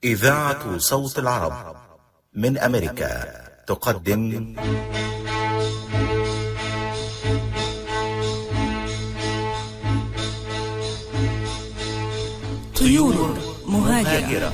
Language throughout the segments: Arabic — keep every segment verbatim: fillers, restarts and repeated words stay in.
إذاعة صوت العرب من أمريكا تقدم طيور مهاجرة.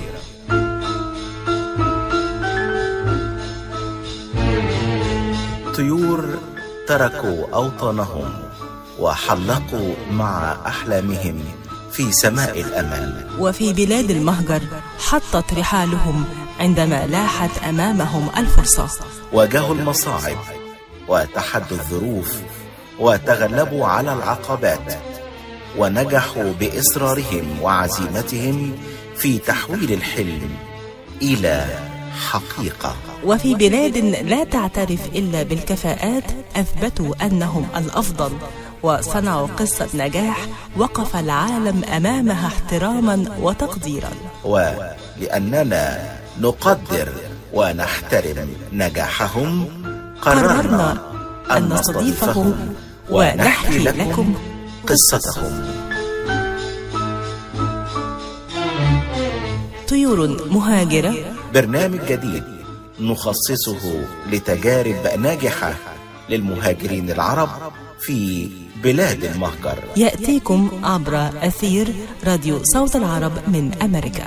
طيور تركوا أوطانهم وحلقوا مع أحلامهم في سماء الأمل، وفي بلاد المهجر حطت رحالهم عندما لاحت أمامهم الفرصة. واجهوا المصاعب وتحدوا الظروف وتغلبوا على العقبات، ونجحوا بإصرارهم وعزيمتهم في تحويل الحلم إلى حقيقة. وفي بلاد لا تعترف إلا بالكفاءات أثبتوا أنهم الأفضل، وصنعوا قصة نجاح وقف العالم أمامها احتراما وتقديرا. ولأننا نقدر ونحترم نجاحهم قررنا أن نستضيفهم ونحكي لكم قصتهم. طيور مهاجرة، برنامج جديد نخصصه لتجارب ناجحة للمهاجرين العرب في بلاد المهجر، يأتيكم عبر أثير راديو صوت العرب من أمريكا.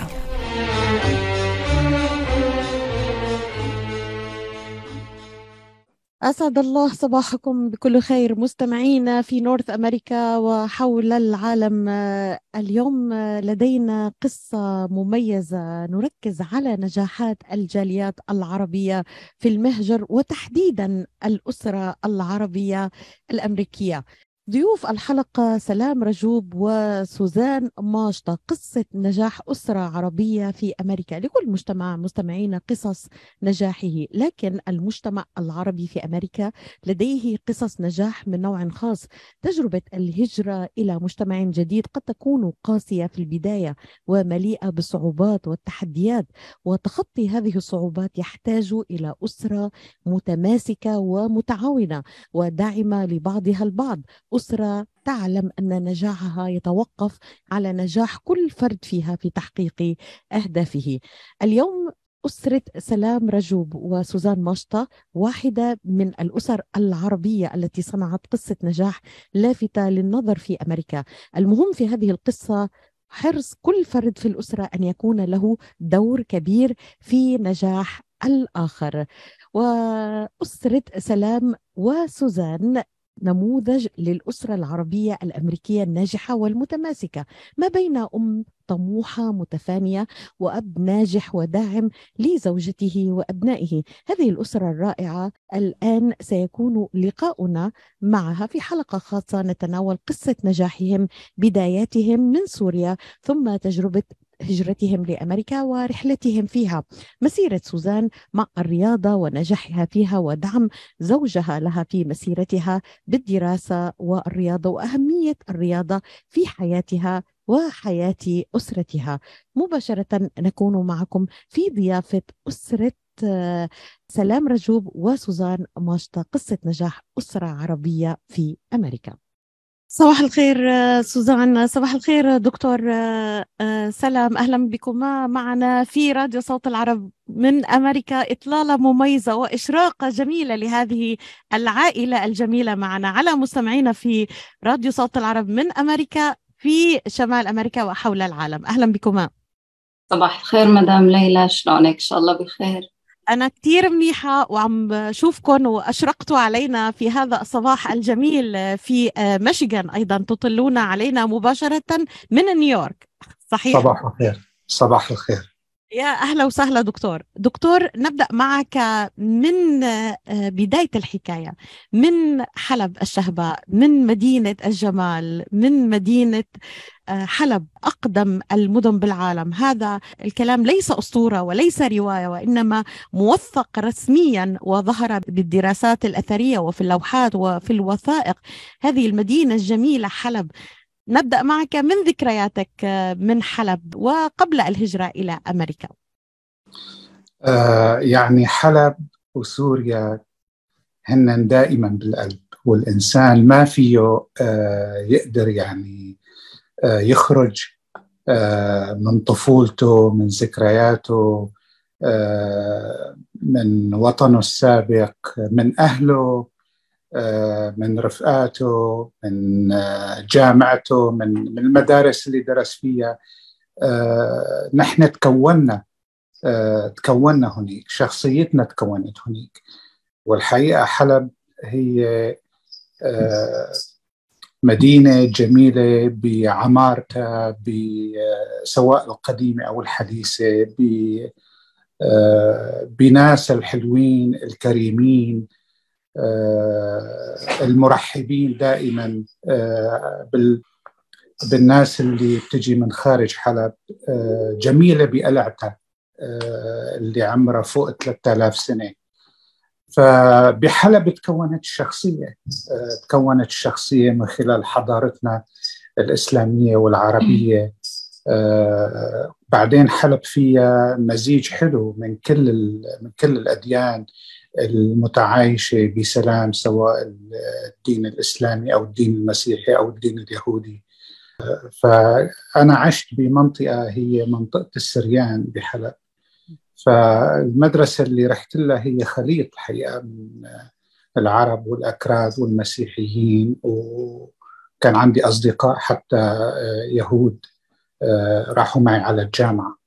أسعد الله صباحكم بكل خير مستمعينا في نورث أمريكا وحول العالم. اليوم لدينا قصة مميزة نركز على نجاحات الجاليات العربية في المهجر، وتحديدا الأسرة العربية الأمريكية. ضيوف الحلقة سلام رجوب وسوزان ماشطة، قصة نجاح أسرة عربية في أمريكا. لكل مجتمع مستمعين قصص نجاحه، لكن المجتمع العربي في أمريكا لديه قصص نجاح من نوع خاص. تجربة الهجرة إلى مجتمع جديد قد تكون قاسية في البداية ومليئة بالصعوبات والتحديات، وتخطي هذه الصعوبات يحتاج إلى أسرة متماسكة ومتعاونة وداعمة لبعضها البعض، أسرة تعلم أن نجاحها يتوقف على نجاح كل فرد فيها في تحقيق أهدافه. اليوم أسرة سلام رجوب وسوزان ماشطة واحدة من الأسر العربية التي صنعت قصة نجاح لافتة للنظر في أمريكا. المهم في هذه القصة حرص كل فرد في الأسرة أن يكون له دور كبير في نجاح الآخر. وأسرة سلام وسوزان نموذج للأسرة العربية الأمريكية الناجحة والمتماسكة، ما بين أم طموحة متفانية وأب ناجح وداعم لزوجته وأبنائه. هذه الأسرة الرائعة الآن سيكون لقاؤنا معها في حلقة خاصة نتناول قصة نجاحهم، بداياتهم من سوريا ثم تجربة هجرتهم لأمريكا ورحلتهم فيها، مسيرة سوزان مع الرياضة ونجاحها فيها ودعم زوجها لها في مسيرتها بالدراسة والرياضة، وأهمية الرياضة في حياتها وحياة أسرتها. مباشرة نكون معكم في ضيافة أسرة سلام رجوب وسوزان ماشطة، قصة نجاح أسرة عربية في أمريكا. صباح الخير سوزان، صباح الخير دكتور سلام، أهلا بكم معنا في راديو صوت العرب من أمريكا. إطلالة مميزة وإشراقة جميلة لهذه العائلة الجميلة معنا على مستمعينا في راديو صوت العرب من أمريكا في شمال أمريكا وحول العالم. أهلا بكم. صباح الخير مدام ليلى، شلونك؟ إن شاء الله بخير. أنا كتير منيحة وعم شوفكن وأشرقتوا علينا في هذا الصباح الجميل في ميشيغان، أيضا تطلون علينا مباشرة من نيويورك، صحيح؟ صباح الخير. صباح الخير، يا أهلا وسهلا دكتور. دكتور نبدأ معك من بداية الحكاية، من حلب الشهباء، من مدينة الجمال، من مدينة حلب أقدم المدن بالعالم. هذا الكلام ليس أسطورة وليس رواية، وإنما موثق رسميا وظهر بالدراسات الأثرية وفي اللوحات وفي الوثائق. هذه المدينة الجميلة حلب. نبدأ معك من ذكرياتك من حلب وقبل الهجرة إلى أمريكا. آه يعني حلب وسوريا هن دائما بالقلب، والإنسان ما فيه آه يقدر يعني آه يخرج من طفولته، من ذكرياته، من وطنه السابق، من أهله، من رفقاته، من جامعته، من من المدارس اللي درس فيها. نحن تكوننا تكوننا هناك، شخصيتنا تكونت هناك. والحقيقة حلب هي مدينة جميلة بعمارتها، سواء القديمة أو الحديثة، بناس الحلوين الكريمين المرحبين دائما بالناس اللي بتجي من خارج حلب، جميلة بقلعتها اللي عمرها فوق ثلاثة آلاف سنة. فبحلب تكونت الشخصية تكونت الشخصية من خلال حضارتنا الإسلامية والعربية. بعدين حلب فيها مزيج حلو من كل من كل الأديان المتعايشة بسلام، سواء الدين الإسلامي أو الدين المسيحي أو الدين اليهودي. فأنا عشت بمنطقة هي منطقة السريان بحلب. فالمدرسة اللي رحت لها هي خليط الحقيقة من العرب والأكراد والمسيحيين، وكان عندي أصدقاء حتى يهود راحوا معي على الجامعة.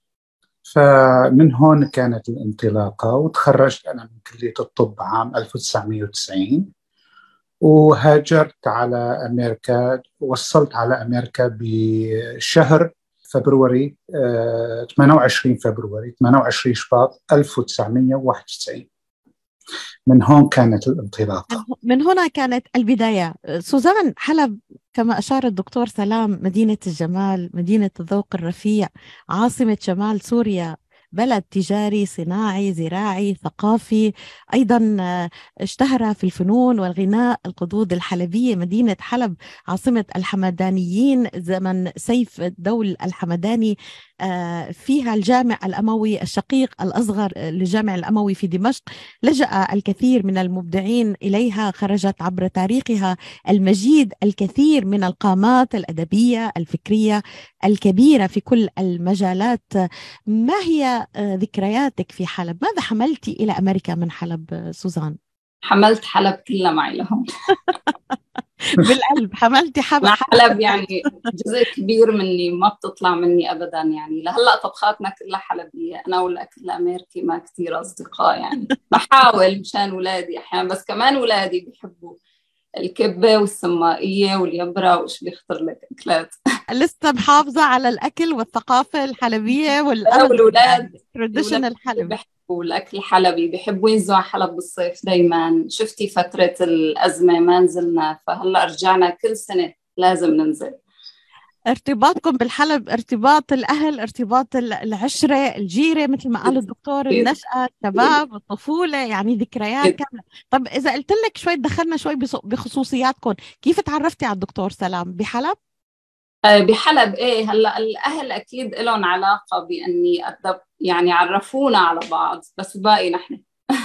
فمن هون كانت الانطلاقة، وتخرجت أنا من كلية الطب عام ألف وتسعمائة وتسعين، وهاجرت على أمريكا. وصلت على أمريكا بشهر فبراير ثمانية وعشرين فبراير ثمانية وعشرين شباط ألف وتسعمائة وواحد وتسعين. من هون كانت الانطلاقة، من هنا كانت البداية. سوزان، حلب كما أشار الدكتور سلام مدينة الجمال، مدينة الذوق الرفيع، عاصمة شمال سوريا، بلد تجاري صناعي زراعي ثقافي، أيضا اشتهر في الفنون والغناء. القدود الحلبية، مدينة حلب عاصمة الحمدانيين زمن سيف الدول الحمداني، فيها الجامع الأموي الشقيق الأصغر للجامع الأموي في دمشق. لجأ الكثير من المبدعين إليها، خرجت عبر تاريخها المجيد الكثير من القامات الأدبية الفكرية الكبيرة في كل المجالات. ما هي ذكرياتك في حلب؟ ماذا حملتي إلى أمريكا من حلب سوزان؟ حملت حلب كلها معي لهم. بالقلب حملتي حلب. حلب يعني جزء كبير مني، ما بتطلع مني أبدا. يعني لهلأ طبخاتنا كلها حلبية، أنا والأكل الأمريكي ما كتير أصدقاء. يعني بحاول مشان ولادي أحيانا، بس كمان ولادي بيحبوا الكبة والسمائية واليبرة وإيش بيخطر لك أكلات. لسه محافظة على الأكل والثقافة الحلبية والأولاد تراديشنال حلب. بيحبوا الأكل الحلبي، بيحبوا ينزلوا على حلب بالصيف دايما. شفتي فترة الأزمة ما نزلنا، فهلأ رجعنا كل سنة لازم ننزل. ارتباطكم بالحلب ارتباط الأهل، ارتباط العشرة الجيرة، مثل ما قال الدكتور، النشأة، الشباب، الطفولة، يعني ذكريات كاملة. طب إذا قلت لك شوي، دخلنا شوي بخصوصياتكم، كيف تعرفتي على الدكتور سلام بحلب؟ بحلب ايه، هلا الاهل اكيد لهم علاقه باني ادب، يعني عرفونا على بعض، بس باقي نحن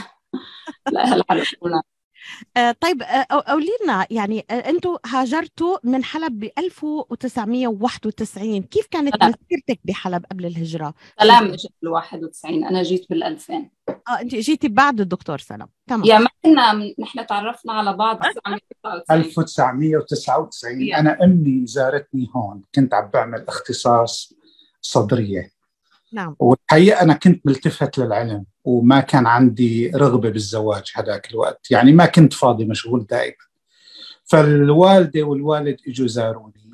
الاهل عرفونا. آه طيب، آه قولي لنا، يعني آه انتم هاجرتوا من حلب ب ألف وتسعمائة وواحد وتسعين، كيف كانت مسيرتك بحلب قبل الهجره؟ سلام اجت بال واحد وتسعين، انا جيت بال ألفين. اه انت جيتي بعد الدكتور سلام. تمام. يا ما كنا نحن تعرفنا على بعض ألف وتسعمائة وتسعة وتسعين. انا امي زارتني هون، كنت عم بعمل اختصاص صدريه. نعم. والحقيقه انا كنت ملتفت للعلم، وما كان عندي رغبه بالزواج هذاك الوقت، يعني ما كنت فاضي، مشغول دائما. فالوالده والوالد اجوا زاروني،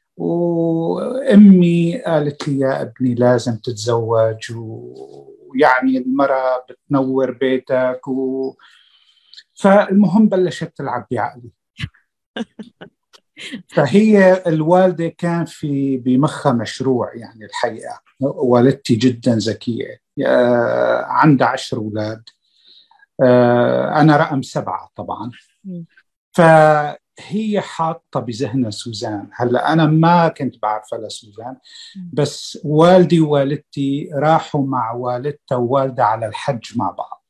وامي قالت لي يا ابني لازم تتزوج، ويعني المرأة بتنور بيتك و... فالمهم بلشت تلعب بعقلي. فهي الوالدة كان في بمخها مشروع، يعني الحقيقة والدتي جدا ذكية، عندها عشر أولاد، أنا رقم سبعة طبعا. فهي حاطة بذهنها سوزان. هلأ أنا ما كنت بعرفها لسوزان، بس والدي ووالدتي راحوا مع والدتها ووالدها على الحج مع بعض.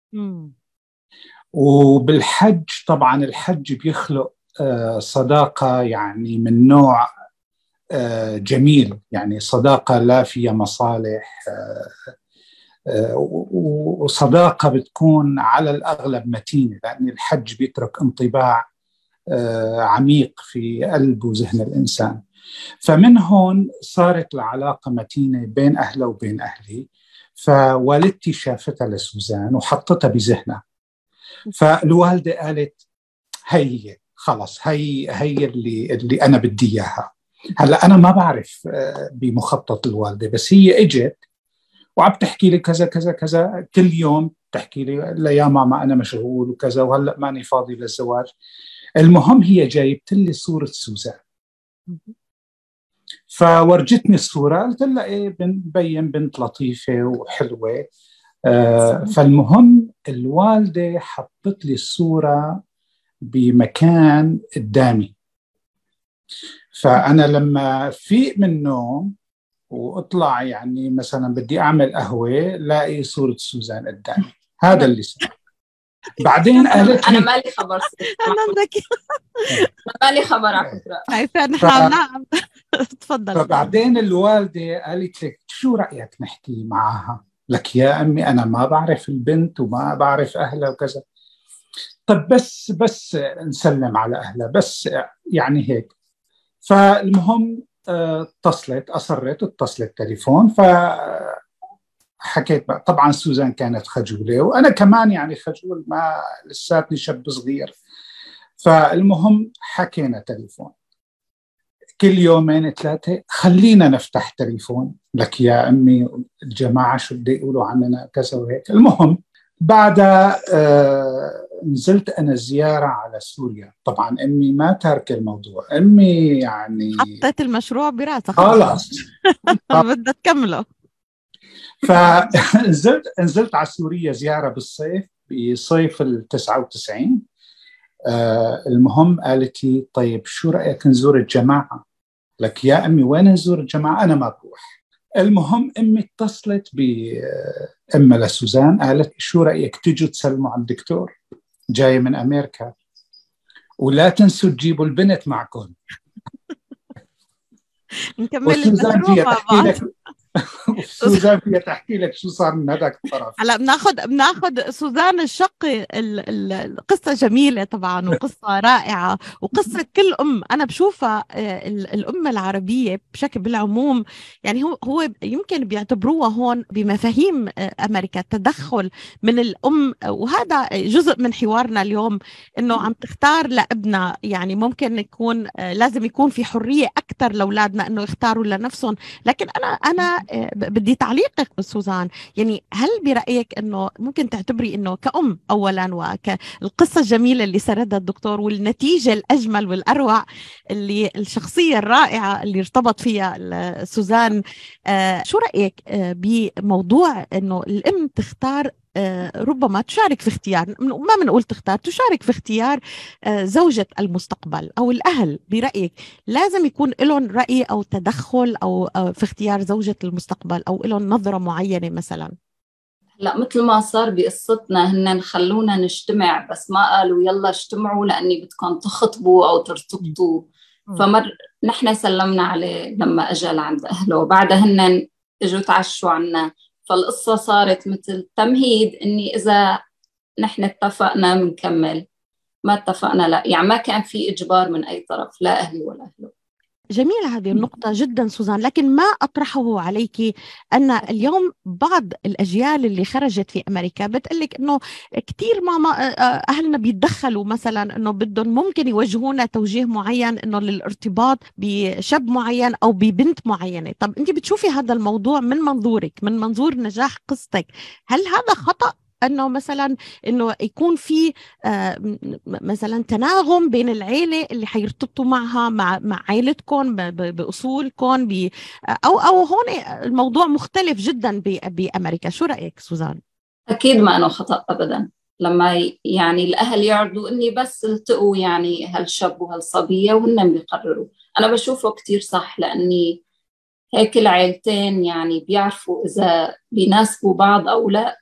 وبالحج طبعا الحج بيخلق صداقة يعني من نوع جميل، يعني صداقة لا فيها مصالح، وصداقة بتكون على الأغلب متينة، لأن الحج بيترك انطباع عميق في قلب وذهن الإنسان. فمن هون صارت العلاقة متينة بين أهله وبين أهلي. فوالدتي شافتها لسوزان وحطتها بذهنها، فالوالدة قالت هي خلص، هي هي اللي اللي أنا بدي إياها. هلا أنا ما بعرف بمخطط الوالدة، بس هي إجت وعم تحكي لي كذا كذا كذا كل يوم، تحكي لي لا يا ماما أنا مشغول وكذا وهلأ ماني فاضي للزواج. المهم هي جايبت لي صورة سوزان، فورجتني الصورة، قلت لها إيه بنبين بنت لطيفة وحلوة. آه فالمهم الوالدة حطت لي الصورة بمكان قدامي، فأنا لما فيق من النوم واطلع يعني مثلا بدي اعمل قهوه لاقي صوره سوزان قدامي. هذا اللي صار. بعدين قالت انا مالي خبر انا مالي خبر على فكره. عارفه نحن نعم تفضل. فبعدين الوالده قالت لك شو رايك نحكي معها؟ لك يا امي انا ما بعرف البنت وما بعرف اهلها وكذا. طب بس بس نسلم على اهلها بس يعني هيك. فالمهم اتصلت أصرت اتصلت تليفون، فحكيت بقى. طبعا سوزان كانت خجولة وأنا كمان يعني خجول، ما لساتني شاب صغير. فالمهم حكينا تليفون كل يومين ثلاثة، خلينا نفتح تليفون. لك يا أمي الجماعة شو بدي يقولوا عننا كذا وهيك. المهم بعدها آه نزلت أنا زيارة على سوريا. طبعا أمي ما تارك الموضوع، أمي يعني حطيت المشروع براسها خلاص بدها تكمله. فنزلت نزلت على سوريا زيارة بالصيف، بصيف التسعة وتسعين. آه المهم قالت لي طيب شو رأيك نزور الجماعة؟ لك يا أمي وين نزور الجماعة؟ أنا ما بروح. المهم أمي اتصلت بأمها لسوزان، قالت شو رأيك تجوا تسلموا على الدكتور جاي من أمريكا، ولا تنسوا تجيبوا البنت معكم. نكمل المشروع مع بعض. سوزان فيها تحكي لك شو صار من هذاك الطرف. هلا بناخذ بناخذ سوزان الشق. القصه جميله طبعا وقصه رائعه وقصه كل ام انا بشوفها. الامه العربيه بشكل بالعموم يعني هو هو يمكن بيعتبروها هون بمفاهيم امريكا تدخل من الام، وهذا جزء من حوارنا اليوم انه عم تختار لابنها. يعني ممكن يكون لازم يكون في حريه اكثر لاولادنا انه يختاروا لنفسهم. لكن انا انا بدي تعليقك سوزان، يعني هل برأيك أنه ممكن تعتبري أنه كأم أولا وكالقصة الجميلة اللي سردها الدكتور والنتيجة الأجمل والأروع اللي الشخصية الرائعة اللي ارتبط فيها سوزان، آه شو رأيك آه بموضوع أنه الأم تختار آه ربما تشارك في اختيار، ما بنقول تختار، تشارك في اختيار آه زوجة المستقبل أو الأهل؟ برأيك لازم يكون لهم رأي أو تدخل أو آه في اختيار زوجة المستقبل أو لهم نظرة معينة مثلا؟ لا، مثل ما صار بقصتنا هن خلونا نجتمع، بس ما قالوا يلا اجتمعوا لأني بدكم تخطبوا أو ترتبطوا. فمر نحن سلمنا عليه لما أجى لعند أهله، وبعدها هن اجوا تعشوا عنا. فالقصة صارت مثل تمهيد إني إذا نحن اتفقنا بنكمل، ما اتفقنا لا. يعني ما كان في إجبار من أي طرف، لا أهلي ولا أهله. جميلة هذه النقطة جدا سوزان. لكن ما أطرحه عليك أن اليوم بعض الأجيال اللي خرجت في أمريكا بتقلك أنه كتير ماما أهلنا بيتدخلوا، مثلا أنه بدهم ممكن يوجهونا توجيه معين أنه للارتباط بشاب معين أو ببنت معينة. طب أنت بتشوفي هذا الموضوع من منظورك، من منظور نجاح قصتك، هل هذا خطأ انه مثلا انه يكون في آه مثلا تناغم بين العيله اللي حيرتبطوا معها مع مع عائلتكم باصولكم ب او او هون الموضوع مختلف جدا بامريكا؟ شو رايك سوزان؟ اكيد ما انه خطا ابدا لما يعني الاهل يعرضوا اني بس التقوا يعني هالشاب وهالصبيه وهن بيقرروا. انا بشوفه كتير صح، لاني هيك العائلتين يعني بيعرفوا اذا بيناسبوا بعض او لا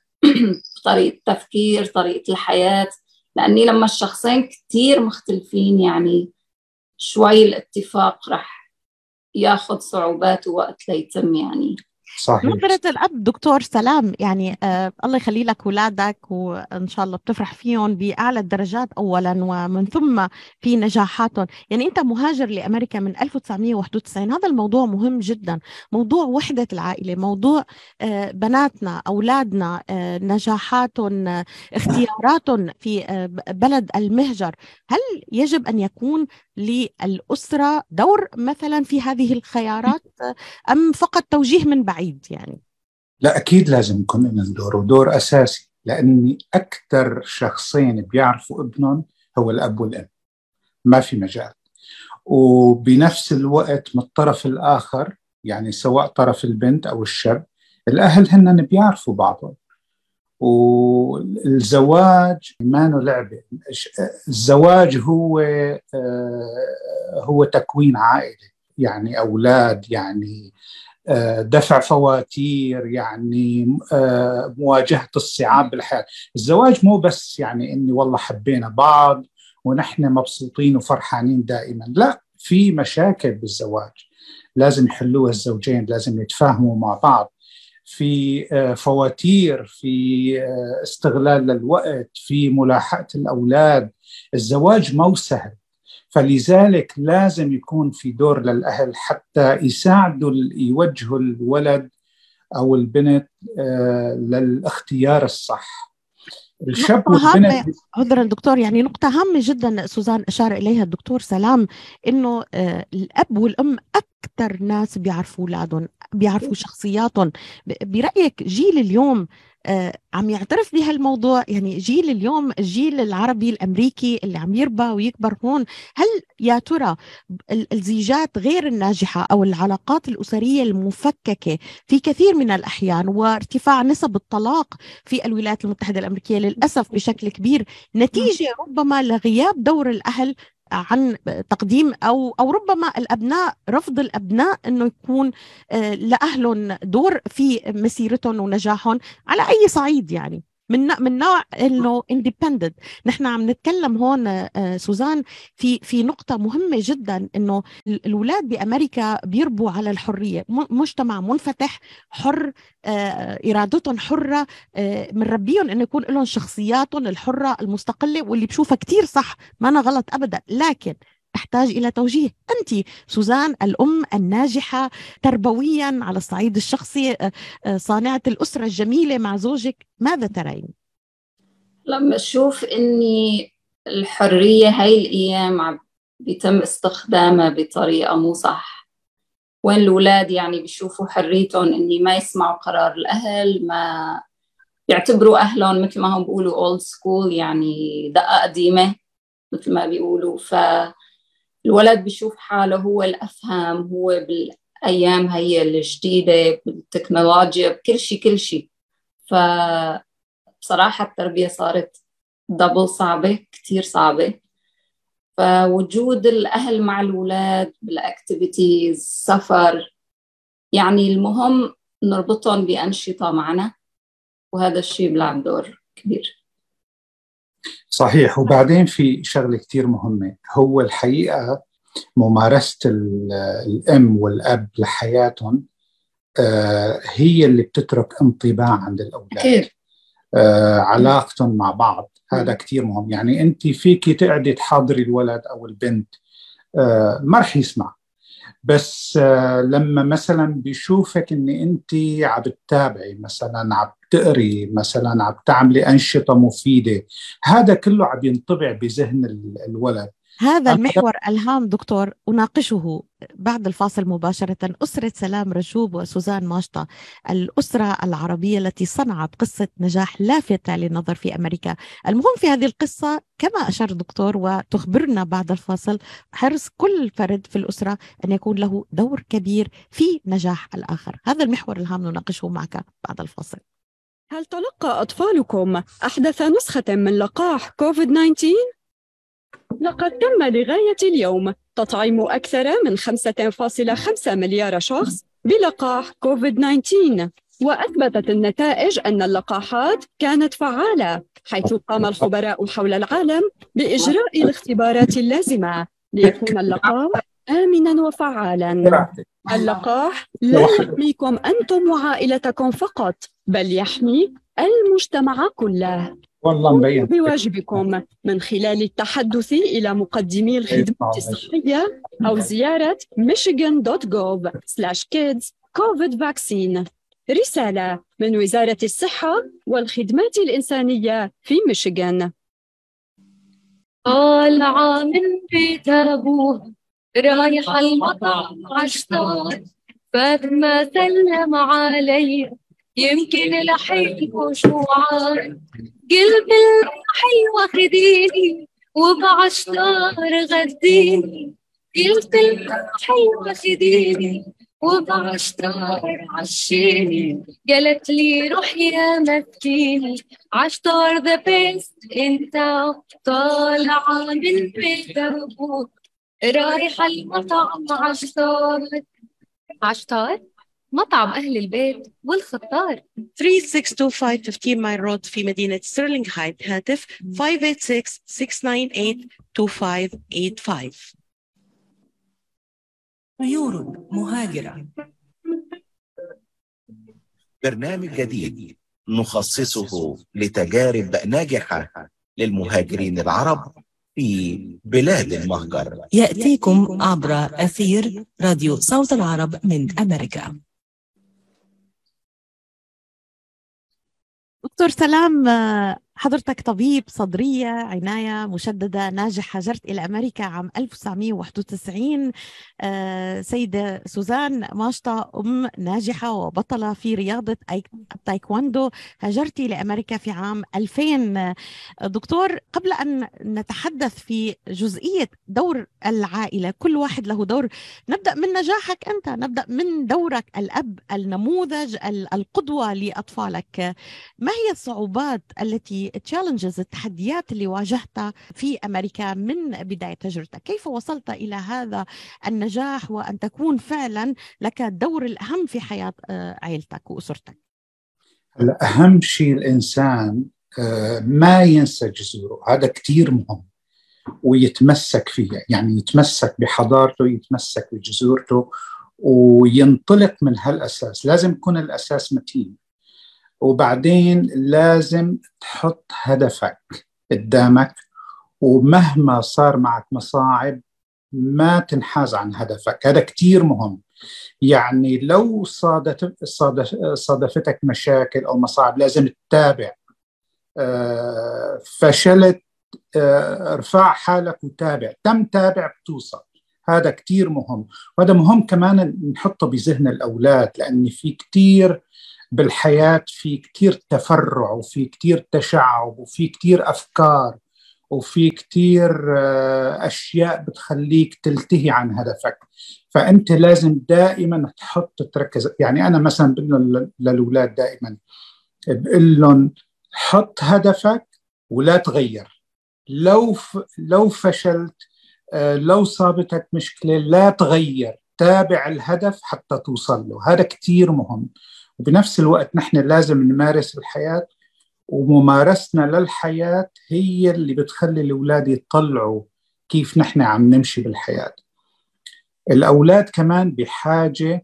طريقة تفكير، طريقة الحياة. لأني لما الشخصين كتير مختلفين يعني شوي الاتفاق رح ياخذ صعوبات ووقت ليتم يعني. صحيح. نظرة الأب دكتور سلام، يعني آه الله يخلي لك أولادك وإن شاء الله بتفرح فيهم بأعلى الدرجات أولا ومن ثم في نجاحاتهم. يعني أنت مهاجر لأمريكا من ألف وتسعمية وواحد وتسعين، هذا الموضوع مهم جدا، موضوع وحدة العائلة، موضوع آه بناتنا أولادنا آه نجاحاتهم آه اختياراتهم في آه بلد المهجر. هل يجب أن يكون للأسرة دور مثلا في هذه الخيارات أم فقط توجيه من بعيد يعني؟ لا، أكيد لازم يكون لنا دور، ودور أساسي، لأني أكثر شخصين بيعرفوا ابنهم هو الأب والأم، ما في مجال. وبنفس الوقت من الطرف الآخر، يعني سواء طرف البنت أو الشاب، الأهل هن بيعرفوا بعضهم. والزواج ما له لعبة، الزواج هو هو تكوين عائلة، يعني أولاد، يعني دفع فواتير، يعني مواجهة الصعاب بالحياة. الزواج مو بس يعني إني والله حبينا بعض ونحن مبسوطين وفرحانين دائما، لا، في مشاكل بالزواج لازم يحلوها الزوجين، لازم يتفاهموا مع بعض، في فواتير، في استغلال للوقت، في ملاحقة الأولاد. الزواج مو سهل، فلذلك لازم يكون في دور للأهل حتى يساعدوا يوجهوا الولد أو البنت للاختيار الصح. الشاب والبنت، عذرا دكتور، يعني نقطة هامة جدا سوزان أشار إليها الدكتور سلام، إنه الأب والأم أكثر ناس بيعرفوا أولادهم، بيعرفوا شخصياتهم. برأيك جيل اليوم آه عم يعترف بهالموضوع؟ يعني جيل اليوم، الجيل العربي الأمريكي اللي عم يربى ويكبر هون، هل يا ترى الزيجات غير الناجحة أو العلاقات الأسرية المفككة في كثير من الأحيان وارتفاع نسب الطلاق في الولايات المتحدة الأمريكية للأسف بشكل كبير نتيجة ربما لغياب دور الأهل عن تقديم أو أو ربما الأبناء، رفض الأبناء إنه يكون لأهلهم دور في مسيرتهم ونجاحهم على أي صعيد، يعني من من نوع إنه independent. نحن عم نتكلم هون سوزان في في نقطة مهمة جدا، إنه الأولاد بأمريكا بيربوا على الحرية، مجتمع منفتح حر، إرادتهم حرة، منربيهم إنه يكون لهم شخصياتهم الحرة المستقلة، واللي بشوفها كتير صح، ما أنا غلط أبدا، لكن تحتاج إلى توجيه. أنت سوزان الأم الناجحة تربويا على الصعيد الشخصي، صانعة الأسرة الجميلة مع زوجك، ماذا ترين؟ لما أشوف إني الحرية هاي الأيام عم بيتم استخدامها بطريقة مو صح، وين الأولاد يعني بيشوفوا حريتهم إني ما يسمعوا قرار الأهل، ما يعتبروا أهلهم مثل ما هم بيقولوا old school، يعني دقة قديمة مثل ما بيقولوا. فالولد بيشوف حاله هو الأفهم، هو بالأيام هي الجديدة بالتكنولوجيا بكل شيء كل شيء. فبصراحة التربية صارت دبل صعبة، كتير صعبة. فوجود الأهل مع الولاد بالأكتيفيتيز، سفر، يعني المهم نربطهم بأنشطة معنا، وهذا الشيء بيلعب دور كبير. صحيح. وبعدين في شغلة كتير مهمة، هو الحقيقة ممارسة الأم والأب لحياتهم هي اللي بتترك انطباع عند الأولاد. أكيد. علاقتهم مع بعض هذا كتير مهم. يعني أنت فيكي تقعدي تحاضري الولد أو البنت ما رح يسمع، بس لما مثلا بيشوفك ان انت عم بتتابعي مثلا، عم تقري مثلا، عم تعملي انشطه مفيده، هذا كله عم ينطبع بذهن الولد. هذا المحور الهام دكتور أناقشه بعد الفاصل مباشرة. أسرة سلام رشوب وسوزان ماشطة، الأسرة العربية التي صنعت قصة نجاح لافتة للنظر في أمريكا. المهم في هذه القصة كما أشار الدكتور وتخبرنا بعد الفاصل، حرص كل فرد في الأسرة أن يكون له دور كبير في نجاح الآخر. هذا المحور الهام نناقشه معك بعد الفاصل. هل تلقى أطفالكم أحدث نسخة من لقاح كوفيد تسعة عشر؟ لقد تم لغاية اليوم تطعيم أكثر من خمسة فاصلة خمسة مليار شخص بلقاح كوفيد تسعة عشر، وأثبتت النتائج أن اللقاحات كانت فعالة، حيث قام الخبراء حول العالم بإجراء الاختبارات اللازمة ليكون اللقاح آمناً وفعالاً. اللقاح لا يحميكم أنتم وعائلتكم فقط، بل يحمي المجتمع كله. والله مبين بواجبكم من خلال التحدث إلى مقدمي الخدمات الصحية أو زيارة michigan dot gov slash kids covid vaccine. رسالة من وزارة الصحة والخدمات الإنسانية في ميشيغان. طالعة من بيت أبوها رايحة المطعم عشتار، فاطمة سلم علي يمكن لحيكوا شوعار، قلب الحلوة خديني وبعشتار غديني، قلب الحلوة خديني وبعشتار عشيني، قالت لي روح يا مسكيني عشتار ذا بيست انت. طالعة من بيت أبوك رايحة المطعم عشتار، عشتار مطعم أهل البيت والخطار. ثلاثة ستة اثنين خمسة خمستاشر مايل رود في مدينة ستيرلينغ هايت. هاتف خمسة ثمانية ستة ستة تسعة ثمانية ثمانية اثنين ثمانية خمسة. طيور مهاجرة، برنامج جديد نخصصه لتجارب ناجحة للمهاجرين العرب في بلاد المهجر، يأتيكم عبر أثير راديو صوت العرب من أمريكا. دكتور سلام، حضرتك طبيب صدرية عناية مشددة ناجح، هاجرت إلى أمريكا عام ألف وتسعمائة وواحد وتسعين. سيدة سوزان ماشطة أم ناجحة وبطلة في رياضة التايكواندو، هاجرتي لأمريكا في عام ألفين. دكتور، قبل أن نتحدث في جزئية دور العائلة، كل واحد له دور، نبدأ من نجاحك أنت، نبدأ من دورك الأب، النموذج، القدوة لأطفالك. ما هي الصعوبات التي تشالنجز التحديات اللي واجهتها في أمريكا من بداية تجربتك؟ كيف وصلت إلى هذا النجاح وأن تكون فعلا لك الدور الأهم في حياة عائلتك وأسرتك؟ أهم شيء الإنسان ما ينسى جذوره، هذا كتير مهم، ويتمسك فيها، يعني يتمسك بحضارته، يتمسك بجذورته وينطلق من هالأساس. لازم يكون الأساس متين، وبعدين لازم تحط هدفك قدامك، ومهما صار معك مصاعب ما تنحاز عن هدفك، هذا كتير مهم. يعني لو صادف صادف صادفتك مشاكل أو مصاعب لازم تتابع، فشلت ارفع حالك وتابع، تم تابع بتوصل، هذا كتير مهم. وهذا مهم كمان نحطه بذهن الأولاد، لأن في كتير بالحياة في كتير تفرع، وفي كتير تشعب، وفي كتير أفكار، وفي كتير أشياء بتخليك تلتهي عن هدفك. فأنت لازم دائما تحط تركز. يعني أنا مثلا بقول للأولاد دائما، بقول لهم حط هدفك ولا تغير. لو ف... لو فشلت، لو صابتك مشكلة لا تغير، تابع الهدف حتى توصل له، هذا كتير مهم. وبنفس الوقت نحن لازم نمارس الحياة، وممارستنا للحياة هي اللي بتخلي الأولاد يطلعوا كيف نحن عم نمشي بالحياة. الأولاد كمان بحاجة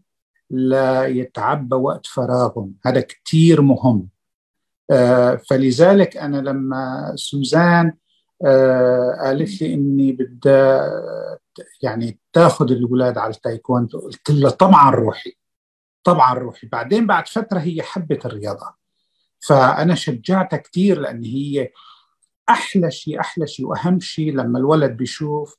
ليتعبى وقت فراغهم، هذا كتير مهم. آه فلذلك أنا لما سوزان آه قالت لي إني بدي يعني تاخذ الأولاد على التايكوندو، قلت لها طبعا روحي، طبعا روحي. بعدين بعد فترة هي حبت الرياضة، فأنا شجعتها كتير، لأن هي أحلى شيء أحلى شيء وأهم شيء لما الولد بيشوف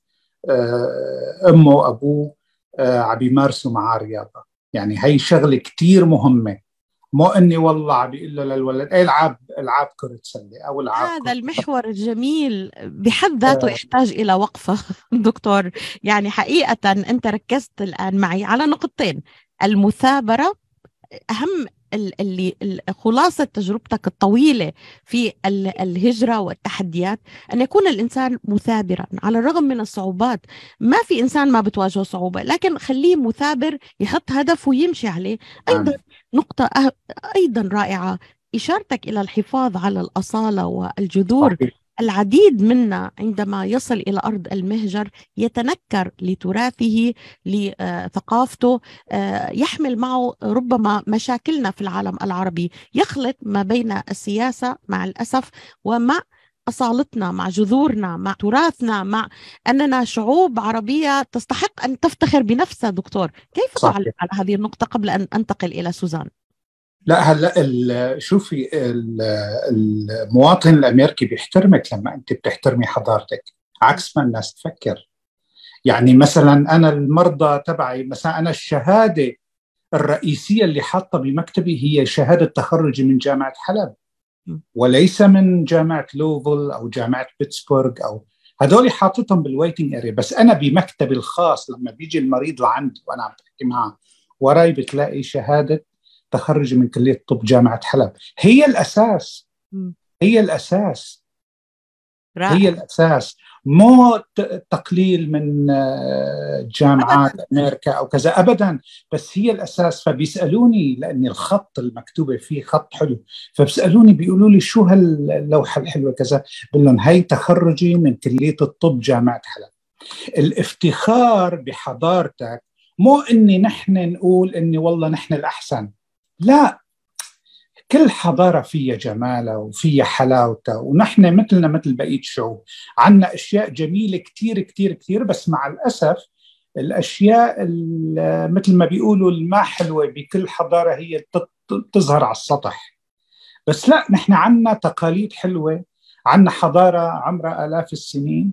أمه وأبوه عم يمارسوا معاه رياضة. يعني هي شغلة كتير مهمة، مو أني والله عم بيقول له للولد العب العاب كرة سلة أو العاب. هذا المحور الجميل بحد ذاته يحتاج إلى وقفة دكتور. يعني حقيقة أنت ركزت الآن معي على نقطتين: المثابرة، أهم اللي خلاصة تجربتك الطويلة في الهجرة والتحديات، أن يكون الإنسان مثابرا على الرغم من الصعوبات. ما في إنسان ما بتواجهه صعوبة، لكن خليه مثابر، يحط هدف ويمشي عليه. أيضا نقطة أيضا رائعة إشارتك إلى الحفاظ على الأصالة والجذور. العديد منا عندما يصل إلى أرض المهجر يتنكر لتراثه، لثقافته، يحمل معه ربما مشاكلنا في العالم العربي، يخلط ما بين السياسة مع الأسف ومع أصالتنا، مع جذورنا، مع تراثنا، مع أننا شعوب عربية تستحق أن تفتخر بنفسها. دكتور، كيف تعلق على هذه النقطة قبل أن أنتقل إلى سوزان؟ لا هلا شوفي، المواطن الأمريكي بيحترمك لما أنت بتحترمي حضارتك، عكس ما الناس تفكر. يعني مثلا أنا المرضى تبعي، مثلا أنا الشهادة الرئيسية اللي حاطة بمكتبي هي شهادة تخرجي من جامعة حلب، وليس من جامعة لوفل أو جامعة بيتسبورغ، أو هذول حاطتهم بالويتنج اريا. بس أنا بمكتبي الخاص لما بيجي المريض لعندي وأنا عم بحكي معه، وراي بتلاقي شهادة تخرج من كلية طب جامعة حلب. هي الأساس، هي الأساس رائع. هي الأساس، مو تقليل من جامعات أمريكا أو كذا أبدا، بس هي الأساس. فبيسألوني لأن الخط المكتوبة فيه خط حلو، فبيسألوني بيقولوا لي شو هاللوحة الحلوة كذا، بقول لهم هي تخرجي من كلية الطب جامعة حلب. الافتخار بحضارتك مو إني نحن نقول إني والله نحن الأحسن، لا، كل حضارة فيها جمالها وفيها حلاوتها، ونحن مثلنا مثل بقية الشعوب عنا أشياء جميلة كتير كتير كتير. بس مع الأسف الأشياء مثل ما بيقولوا الما حلوة بكل حضارة هي تظهر على السطح. بس لا، نحن عنا تقاليد حلوة، عنا حضارة عمرها آلاف السنين،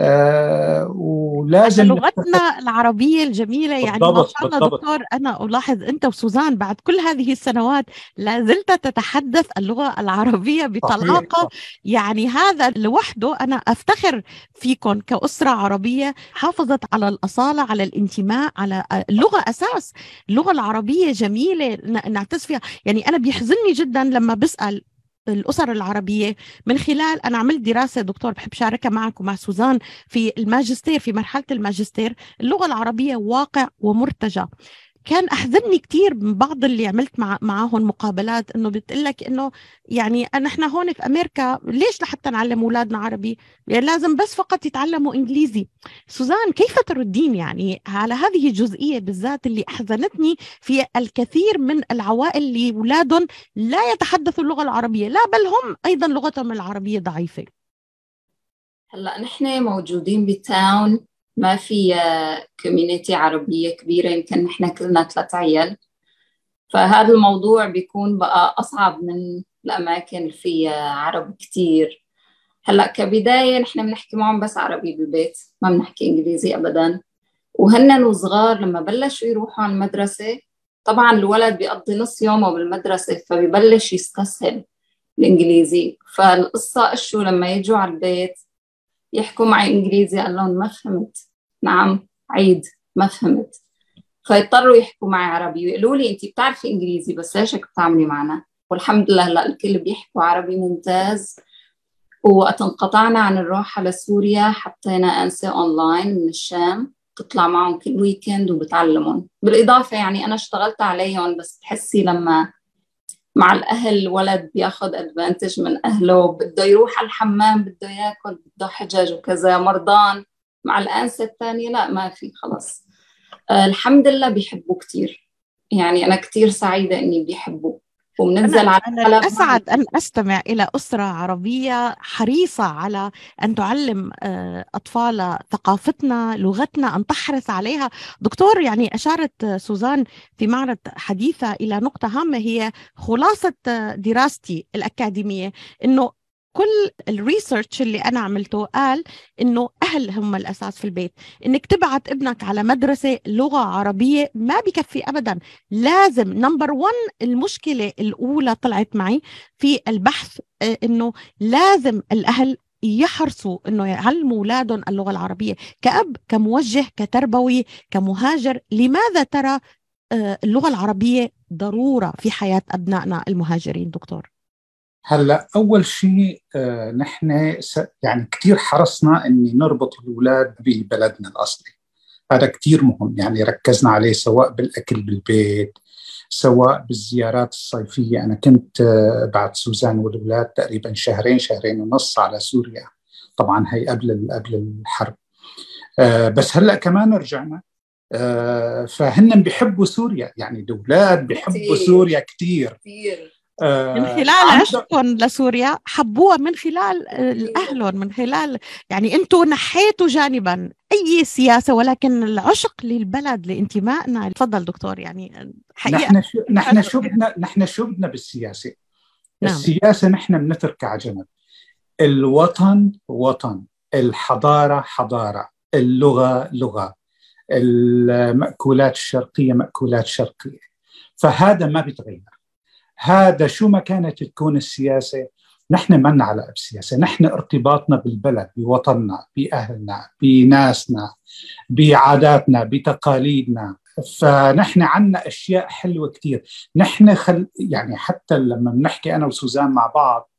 آه ولازم لغتنا العربية الجميلة. يعني ما شاء الله دكتور، أنا ألاحظ أنت وسوزان بعد كل هذه السنوات لازلت تتحدث اللغة العربية بطلاقة. يعني هذا لوحده أنا أفتخر فيكم كأسرة عربية حافظت على الأصالة، على الانتماء، على اللغة أساس. اللغة العربية جميلة نعتز فيها. يعني أنا بيحزنني جدا لما بسأل الأسر العربية من خلال، أنا عملت دراسة دكتور بحب شاركها معك ومع سوزان في الماجستير، في مرحلة الماجستير، اللغة العربية واقع ومرتجى. كان أحزنني كتير من بعض اللي عملت مع معاهم مقابلات إنه بتقلك إنه يعني نحن هون في أمريكا ليش لحتى نعلم أولادنا عربي؟ يعني لازم بس فقط يتعلموا إنجليزي. سوزان، كيف تردين يعني على هذه الجزئية بالذات اللي أحزنتني في الكثير من العوائل اللي أولادهم لا يتحدثوا اللغة العربية، لا بل هم أيضا لغتهم العربية ضعيفة؟ هلأ نحن موجودين بتاون ما في كوميونيتي عربية كبيرة، يمكن نحن كلنا ثلاث عيال، فهذا الموضوع بيكون بقى أصعب من الأماكن اللي فيها عرب كتير. هلأ كبداية نحن بنحكي معهم بس عربي بالبيت، ما بنحكي إنجليزي أبداً. وهن وصغار لما بلشوا يروحوا على المدرسة، طبعاً الولد بيقضي نص يومه بالمدرسة فبيبلش يستسهل الإنجليزي. فالقصة إشو لما يجوا على البيت يحكوا معي إنجليزي، قال لهم ما فهمت. نعم عيد، ما فهمت. فيضطروا يحكوا معي عربي ويقولوا لي أنت بتعرفي إنجليزي بس ليش هيك بتعملي معنا؟ والحمد لله هلا الكل بيحكوا عربي ممتاز. ووقت انقطعنا عن الروحة لسوريا حطينا أنسة أونلاين من الشام تطلع معهم كل ويكند وبتعلمهم. بالإضافة يعني أنا اشتغلت عليهم، بس تحسي لما مع الأهل ولد بياخد أدفانتج من أهله، بده يروح على الحمام، بده ياكل، بده حجج وكذا، مرضان. مع الأنسة الثانية لا، ما في، خلاص. آه الحمد لله بيحبوا كتير. يعني أنا كتير سعيدة إني بيحبوا. ومننزل أنا, على أنا أسعد أن أستمع إلى أسرة عربية حريصة على أن تعلم أطفال ثقافتنا، لغتنا، أن تحرص عليها. دكتور، يعني أشارت سوزان في معرض حديثة إلى نقطة هامة هي خلاصة دراستي الأكاديمية، إنه كل الريسيرش اللي أنا عملته قال إنه أهل هم الأساس في البيت. إنك تبعت ابنك على مدرسة لغة عربية ما بيكفي أبدا، لازم نمبر ون. المشكلة الأولى طلعت معي في البحث إنه لازم الأهل يحرصوا إنه يعلموا أولادهم اللغة العربية. كأب، كموجه، كتربوي، كمهاجر، لماذا ترى اللغة العربية ضرورة في حياة أبنائنا المهاجرين دكتور؟ هلا أول شيء آه نحن يعني كتير حرصنا إني نربط الأولاد ببلدنا الأصلي. هذا كتير مهم، يعني ركزنا عليه سواء بالأكل بالبيت، سواء بالزيارات الصيفية. أنا كنت بعد سوزان والأولاد تقريبا شهرين شهرين ونص على سوريا، طبعا هي قبل قبل الحرب. بس هلأ كمان رجعنا، فهن بيحبوا سوريا، يعني الأولاد بيحبوا سوريا كتير, كتير. من خلال عشقهم لسوريا حبوها، من خلال أهلهم، من خلال يعني أنتوا نحيتوا جانبا أي سياسة ولكن العشق للبلد لانتمائنا. تفضل دكتور. يعني حقيقة نحن شو نحن شو بدنا نحن شو بدنا بالسياسة؟ نعم. السياسة نحن بنتركها على جنب. الوطن وطن، الحضارة حضارة، اللغة لغة، المأكولات الشرقية مأكولات شرقية، فهذا ما بيتغير. هذا شو ما كانت تكون السياسة، نحن ما نعلق بالسياسة، نحن ارتباطنا بالبلد، بوطننا، بأهلنا، بناسنا، بعاداتنا، بتقاليدنا. فنحن عنا أشياء حلوة كتير. نحن خل... يعني حتى لما بنحكي أنا وسوزان مع بعض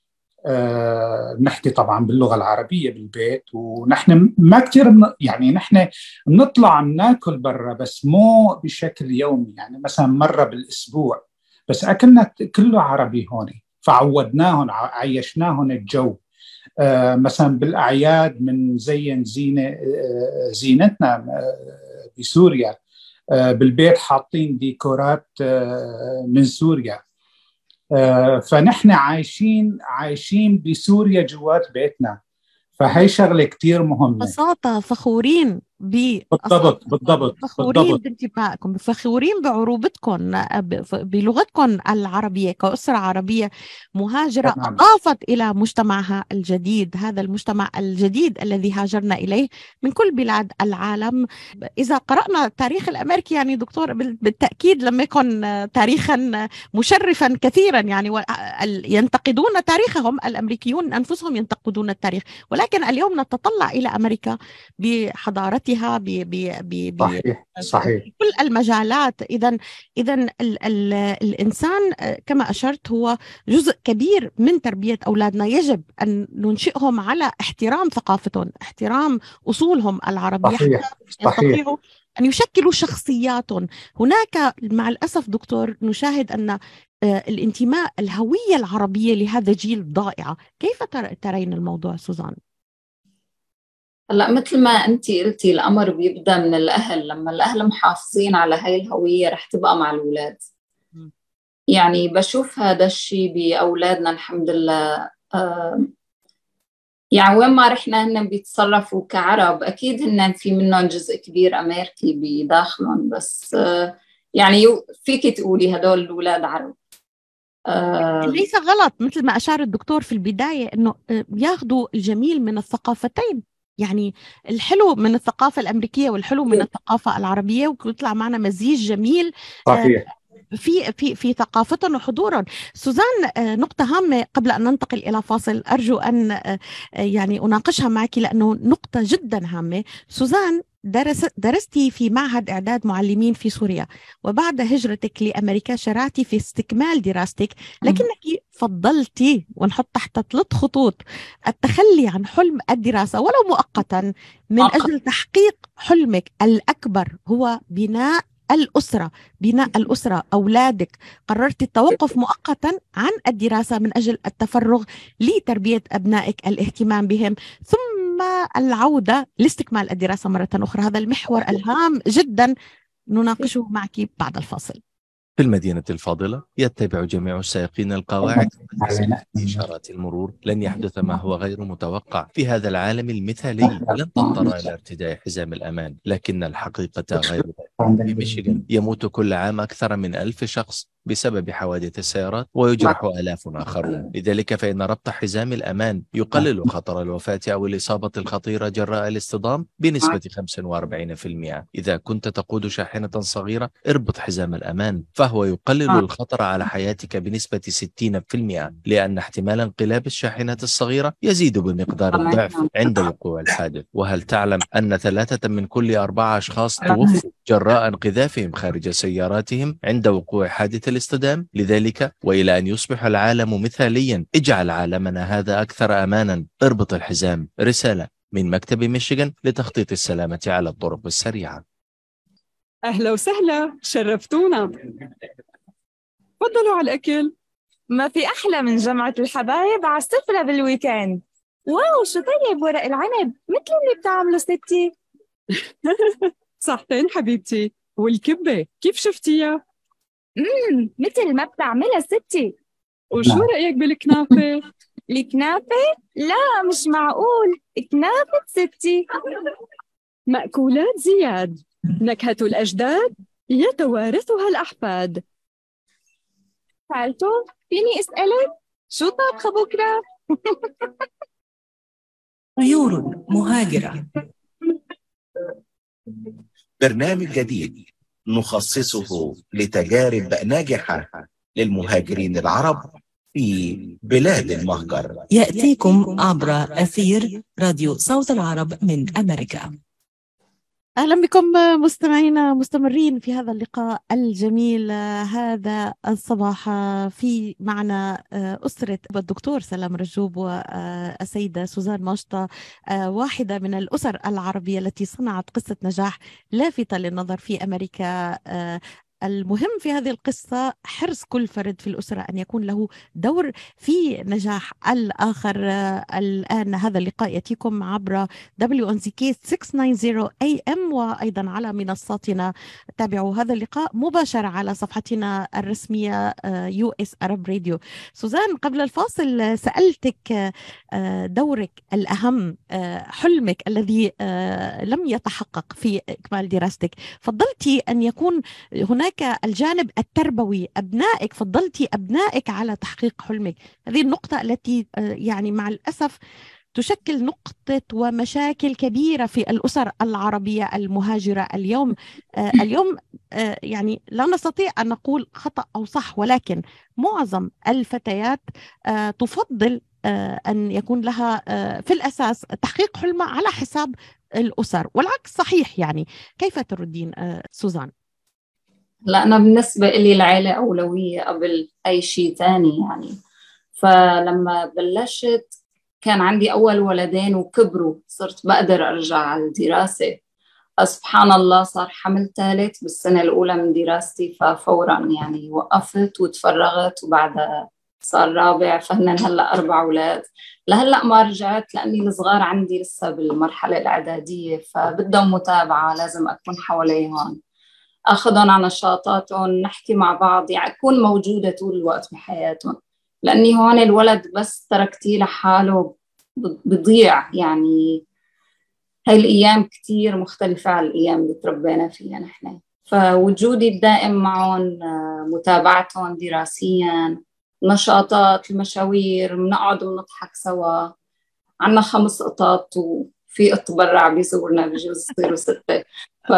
أه نحكي طبعا باللغة العربية بالبيت، ونحن ما كتير من... يعني نحن بنطلع ناكل برا بس مو بشكل يومي، يعني مثلا مرة بالأسبوع، بس أكلنا كله عربي هون، فعودناهم عيشناهم الجو. آه مثلا بالأعياد من زين زينة آه زينتنا آه بسوريا، آه بالبيت حاطين ديكورات آه من سوريا. آه فنحن عايشين عايشين بسوريا جوات بيتنا، فهي شغلة كتير مهمة. ببساطة فخورين بالضبط بالضبط فخورين بانتمائكم، فخورين بعروبتكم بلغتكم العربية كأسرة عربية مهاجرة أضافت إلى مجتمعها الجديد، هذا المجتمع الجديد الذي هاجرنا إليه من كل بلاد العالم. إذا قرأنا التاريخ الأمريكي يعني دكتور بالتأكيد لم يكن تاريخا مشرفا كثيرا، يعني ينتقدون تاريخهم، الأمريكيون أنفسهم ينتقدون التاريخ، ولكن اليوم نتطلع إلى أمريكا بحضارتها ب ب ب صحيح صحيح كل المجالات. إذن إذن ال ال الإنسان كما أشرت هو جزء كبير من تربية أولادنا. يجب أن ننشئهم على احترام ثقافتهم، احترام أصولهم العربية، صحيح حتى يستطيعوا أن يشكلوا شخصياتهم. هناك مع الأسف دكتور نشاهد أن الانتماء الهوية العربية لهذا الجيل ضائعة. كيف ترين الموضوع سوزان؟ هلا مثل ما أنت قلتي الأمر بيبدأ من الأهل. لما الأهل محافظين على هاي الهوية رح تبقى مع الأولاد. يعني بشوف هذا الشيء بأولادنا الحمد لله. آه يعني وين ما رحنا هن بيتصرفوا كعرب، أكيد هن في منهم جزء كبير أمريكي بداخلهم، بس آه يعني فيك تقولي هدول الأولاد عرب. آه ليس غلط مثل ما أشار الدكتور في البداية أنه ياخدوا الجميل من الثقافتين، يعني الحلو من الثقافة الأمريكية والحلو من الثقافة العربية، ويطلع معنا مزيج جميل صحيح في في في ثقافتهم وحضورهم. سوزان نقطة هامة قبل أن ننتقل إلى فاصل أرجو أن يعني أناقشها معك لأنه نقطة جدا هامة. سوزان درس درستي في معهد إعداد معلمين في سوريا، وبعد هجرتك لأمريكا شرعتي في استكمال دراستك، لكنك فضلتي ونحط تحت ثلاث خطوط التخلي عن حلم الدراسة ولو مؤقتا من أجل تحقيق حلمك الأكبر هو بناء الأسرة. بناء الأسرة أولادك، قررت التوقف مؤقتا عن الدراسة من أجل التفرغ لتربية أبنائك، الاهتمام بهم، ثم العودة لاستكمال الدراسة مرة أخرى. هذا المحور الهام جدا نناقشه معك بعد الفاصل. في المدينة الفاضلة يتبع جميع السائقين القواعد إشارات المرور. لن يحدث ما هو غير متوقع في هذا العالم المثالي. لن تضطر إلى ارتداء حزام الأمان، لكن الحقيقة غير ذلك. في ميشيغان يموت كل عام أكثر من ألف شخص بسبب حوادث السيارات ويجرح آلاف آخرون. لذلك فإن ربط حزام الأمان يقلل خطر الوفاة أو الإصابة الخطيرة جراء الاصطدام بنسبة خمسة وأربعين بالمئة. إذا كنت تقود شاحنة صغيرة اربط حزام الأمان، فهو يقلل الخطر على حياتك بنسبة ستين بالمئة، لأن احتمال انقلاب الشاحنة الصغيرة يزيد بمقدار الضعف عند وقوع الحادث. وهل تعلم أن ثلاثة من كل أربعة أشخاص توفوا جراء انقذافهم خارج سياراتهم عند وقوع حادث الاصطدام؟ لذلك وإلى أن يصبح العالم مثاليا اجعل عالمنا هذا أكثر أمانا. اربط الحزام. رسالة من مكتب ميشيغان لتخطيط السلامة على الطرق السريعة. أهلا وسهلا، شرفتونا. تفضلوا على الأكل. ما في أحلى من جمعة الحبايب على السفرة بالويكند. واو شو طيب ورق العنب مثل اللي بتعمله ستي. صحتين حبيبتي. والكبة كيف شفتيها؟ امم مثل ما بتعملها ستي. وشو رأيك بالكنافة؟ الكنافة؟ لا مش معقول، كنافة ستي. مأكولات زياد، نكهة الأجداد يتوارثها الأحفاد. فعلتو؟ فيني أسألك شو طابخة بكرة؟ طيور مهاجرة، برنامج جديد نخصصه لتجارب ناجحة للمهاجرين العرب في بلاد المهجر، يأتيكم عبر أثير راديو صوت العرب من أمريكا. أهلا بكم مستمعينا، مستمرين في هذا اللقاء الجميل هذا الصباح. في معنا أسرة الدكتور سلام رجوب والسيدة سوزان ماشطة، واحدة من الأسر العربية التي صنعت قصة نجاح لافتة للنظر في أمريكا. المهم في هذه القصة حرص كل فرد في الأسرة أن يكون له دور في نجاح الآخر. الآن هذا اللقاء يأتيكم عبر دبليو إن زي كي ستمئة وتسعين إيه إم، وأيضا على منصاتنا. تابعوا هذا اللقاء مباشرة على صفحتنا الرسمية يو إس Arab Radio. سوزان، قبل الفاصل سألتك دورك الأهم، حلمك الذي لم يتحقق في إكمال دراستك. فضلتي أن يكون هناك الجانب التربوي، أبنائك، فضلتي أبنائك على تحقيق حلمك. هذه النقطة التي يعني مع الأسف تشكل نقطة ومشاكل كبيرة في الأسر العربية المهاجرة اليوم. اليوم يعني لا نستطيع أن نقول خطأ أو صح، ولكن معظم الفتيات تفضل أن يكون لها في الأساس تحقيق حلمها على حساب الأسر، والعكس صحيح. يعني كيف تردين سوزان؟ لا، أنا بالنسبة لي العائلة أولوية قبل أي شيء تاني يعني. فلما بلشت كان عندي أول ولدين وكبروا، صرت بقدر أرجع على الدراسة. سبحان الله صار حمل ثالث بالسنة الأولى من دراستي، ففورا يعني وقفت وتفرغت، وبعدها صار رابع، فهن هلأ أربع أولاد. لهلأ ما رجعت لأني الصغار عندي لسه بالمرحلة الإعدادية، فبدهم متابعة، لازم أكون حواليهم، أخذهم على نشاطاتهم، نحكي مع بعض، يعني أكون موجودة طول الوقت بحياتهم. لأني هون الولد بس تركتيه لحاله بضيع. يعني هاي الأيام كتير مختلفة عن الأيام اللي تربينا فيها نحن. فوجودي الدائم معهم، متابعتهم دراسيا، نشاطات، المشاوير، بنقعد ونضحك سوا. عنا خمس قطط وفي قط برع بيزورنا بجوز يصيروا ستة. ف...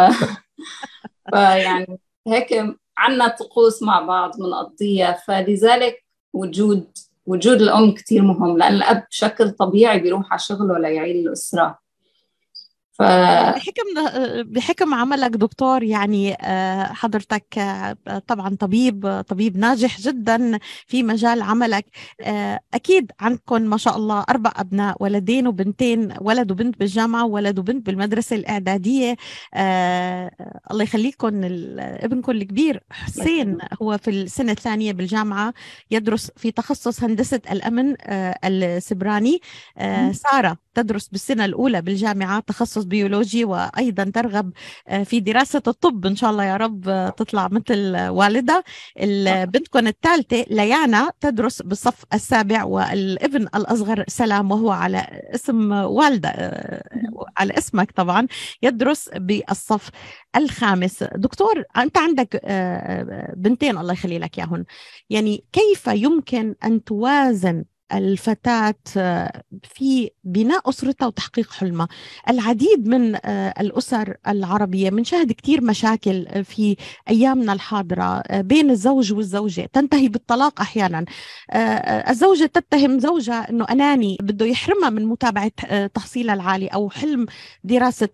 فيعني هيك عنا طقوس مع بعض بنقضيها. فلذلك وجود وجود الأم كتير مهم، لأن الأب بشكل طبيعي بيروح على شغله ليعيل الأسرة. ف... بحكم بحكم عملك دكتور، يعني حضرتك طبعا طبيب طبيب ناجح جدا في مجال عملك. أكيد عندكم ما شاء الله أربع أبناء، ولدين وبنتين، ولد وبنت بالجامعة وولد وبنت بالمدرسة الإعدادية. الله يخليكم. ابنكم الكبير حسين هو في السنة الثانية بالجامعة، يدرس في تخصص هندسة الأمن السبراني. سارة تدرس بالسنة الأولى بالجامعة تخصص بيولوجي، وأيضا ترغب في دراسة الطب، إن شاء الله يا رب تطلع مثل والدها. بنتكم الثالثة ليانا تدرس بالصف السابع، والابن الأصغر سلام وهو على اسم والدة، على اسمك طبعا، يدرس بالصف الخامس. دكتور، أنت عندك بنتين الله يخلي لك ياهن، يعني كيف يمكن أن توازن الفتاة في بناء أسرتها وتحقيق حلمها؟ العديد من الأسر العربية بنشاهد كتير مشاكل في أيامنا الحاضرة بين الزوج والزوجة، تنتهي بالطلاق أحيانا. الزوجة تتهم زوجها أنه أناني، بده يحرمها من متابعة تحصيلها العالي أو حلم دراستها.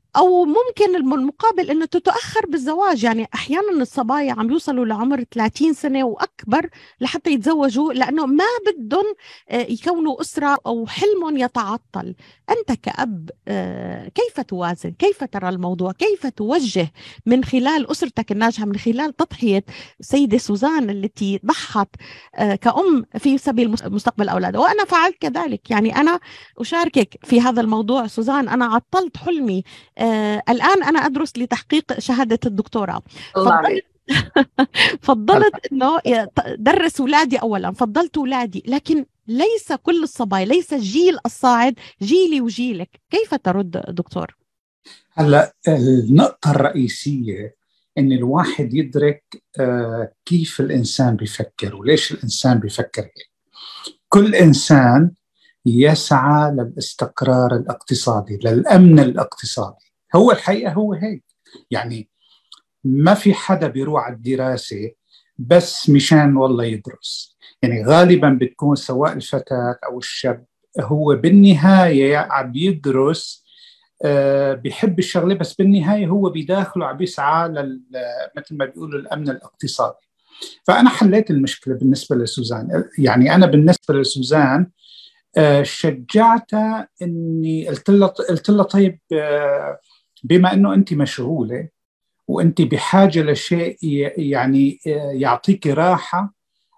أو ممكن المقابل أنه تتأخر بالزواج. يعني أحيانا الصبايا عم يوصلوا لعمر ثلاثين سنة وأكبر لحتى يتزوجوا لأنه ما بدهم يكونوا أسرة أو حلمهم يتعطل. أنت كأب كيف توازن؟ كيف ترى الموضوع؟ كيف توجه من خلال أسرتك الناجحة، من خلال تضحية سيدة سوزان التي ضحت كأم في سبيل مستقبل أولادها؟ وأنا فعلت كذلك. يعني أنا أشاركك في هذا الموضوع سوزان. أنا عطلت حلمي. آه الآن أنا أدرس لتحقيق شهادة الدكتوراه. فضلت فضلت أنه درس أولادي أولا، فضلت أولادي، لكن ليس كل الصبايا، ليس الجيل الصاعد جيلي وجيلك. كيف ترد دكتور؟ هلا النقطة الرئيسية إن الواحد يدرك آه كيف الإنسان بيفكر وليش الإنسان بيفكر هيك. كل إنسان يسعى للاستقرار الاقتصادي، للأمن الاقتصادي. هو الحقيقة هو هيك. يعني ما في حدا بيروح على الدراسة بس مشان والله يدرس. يعني غالبا بتكون سواء الفتاة أو الشاب هو بالنهاية عم يدرس، أه بيحب الشغلة، بس بالنهاية هو بداخله عم يسعى لل مثل ما بيقولوا الأمن الاقتصادي. فأنا حليت المشكلة بالنسبة لسوزان. يعني أنا بالنسبة لسوزان أه شجعتها، إني قلت لها قلت لها طيب أه بما إنه أنت مشغولة وأنت بحاجة لشيء يعني يعطيك راحة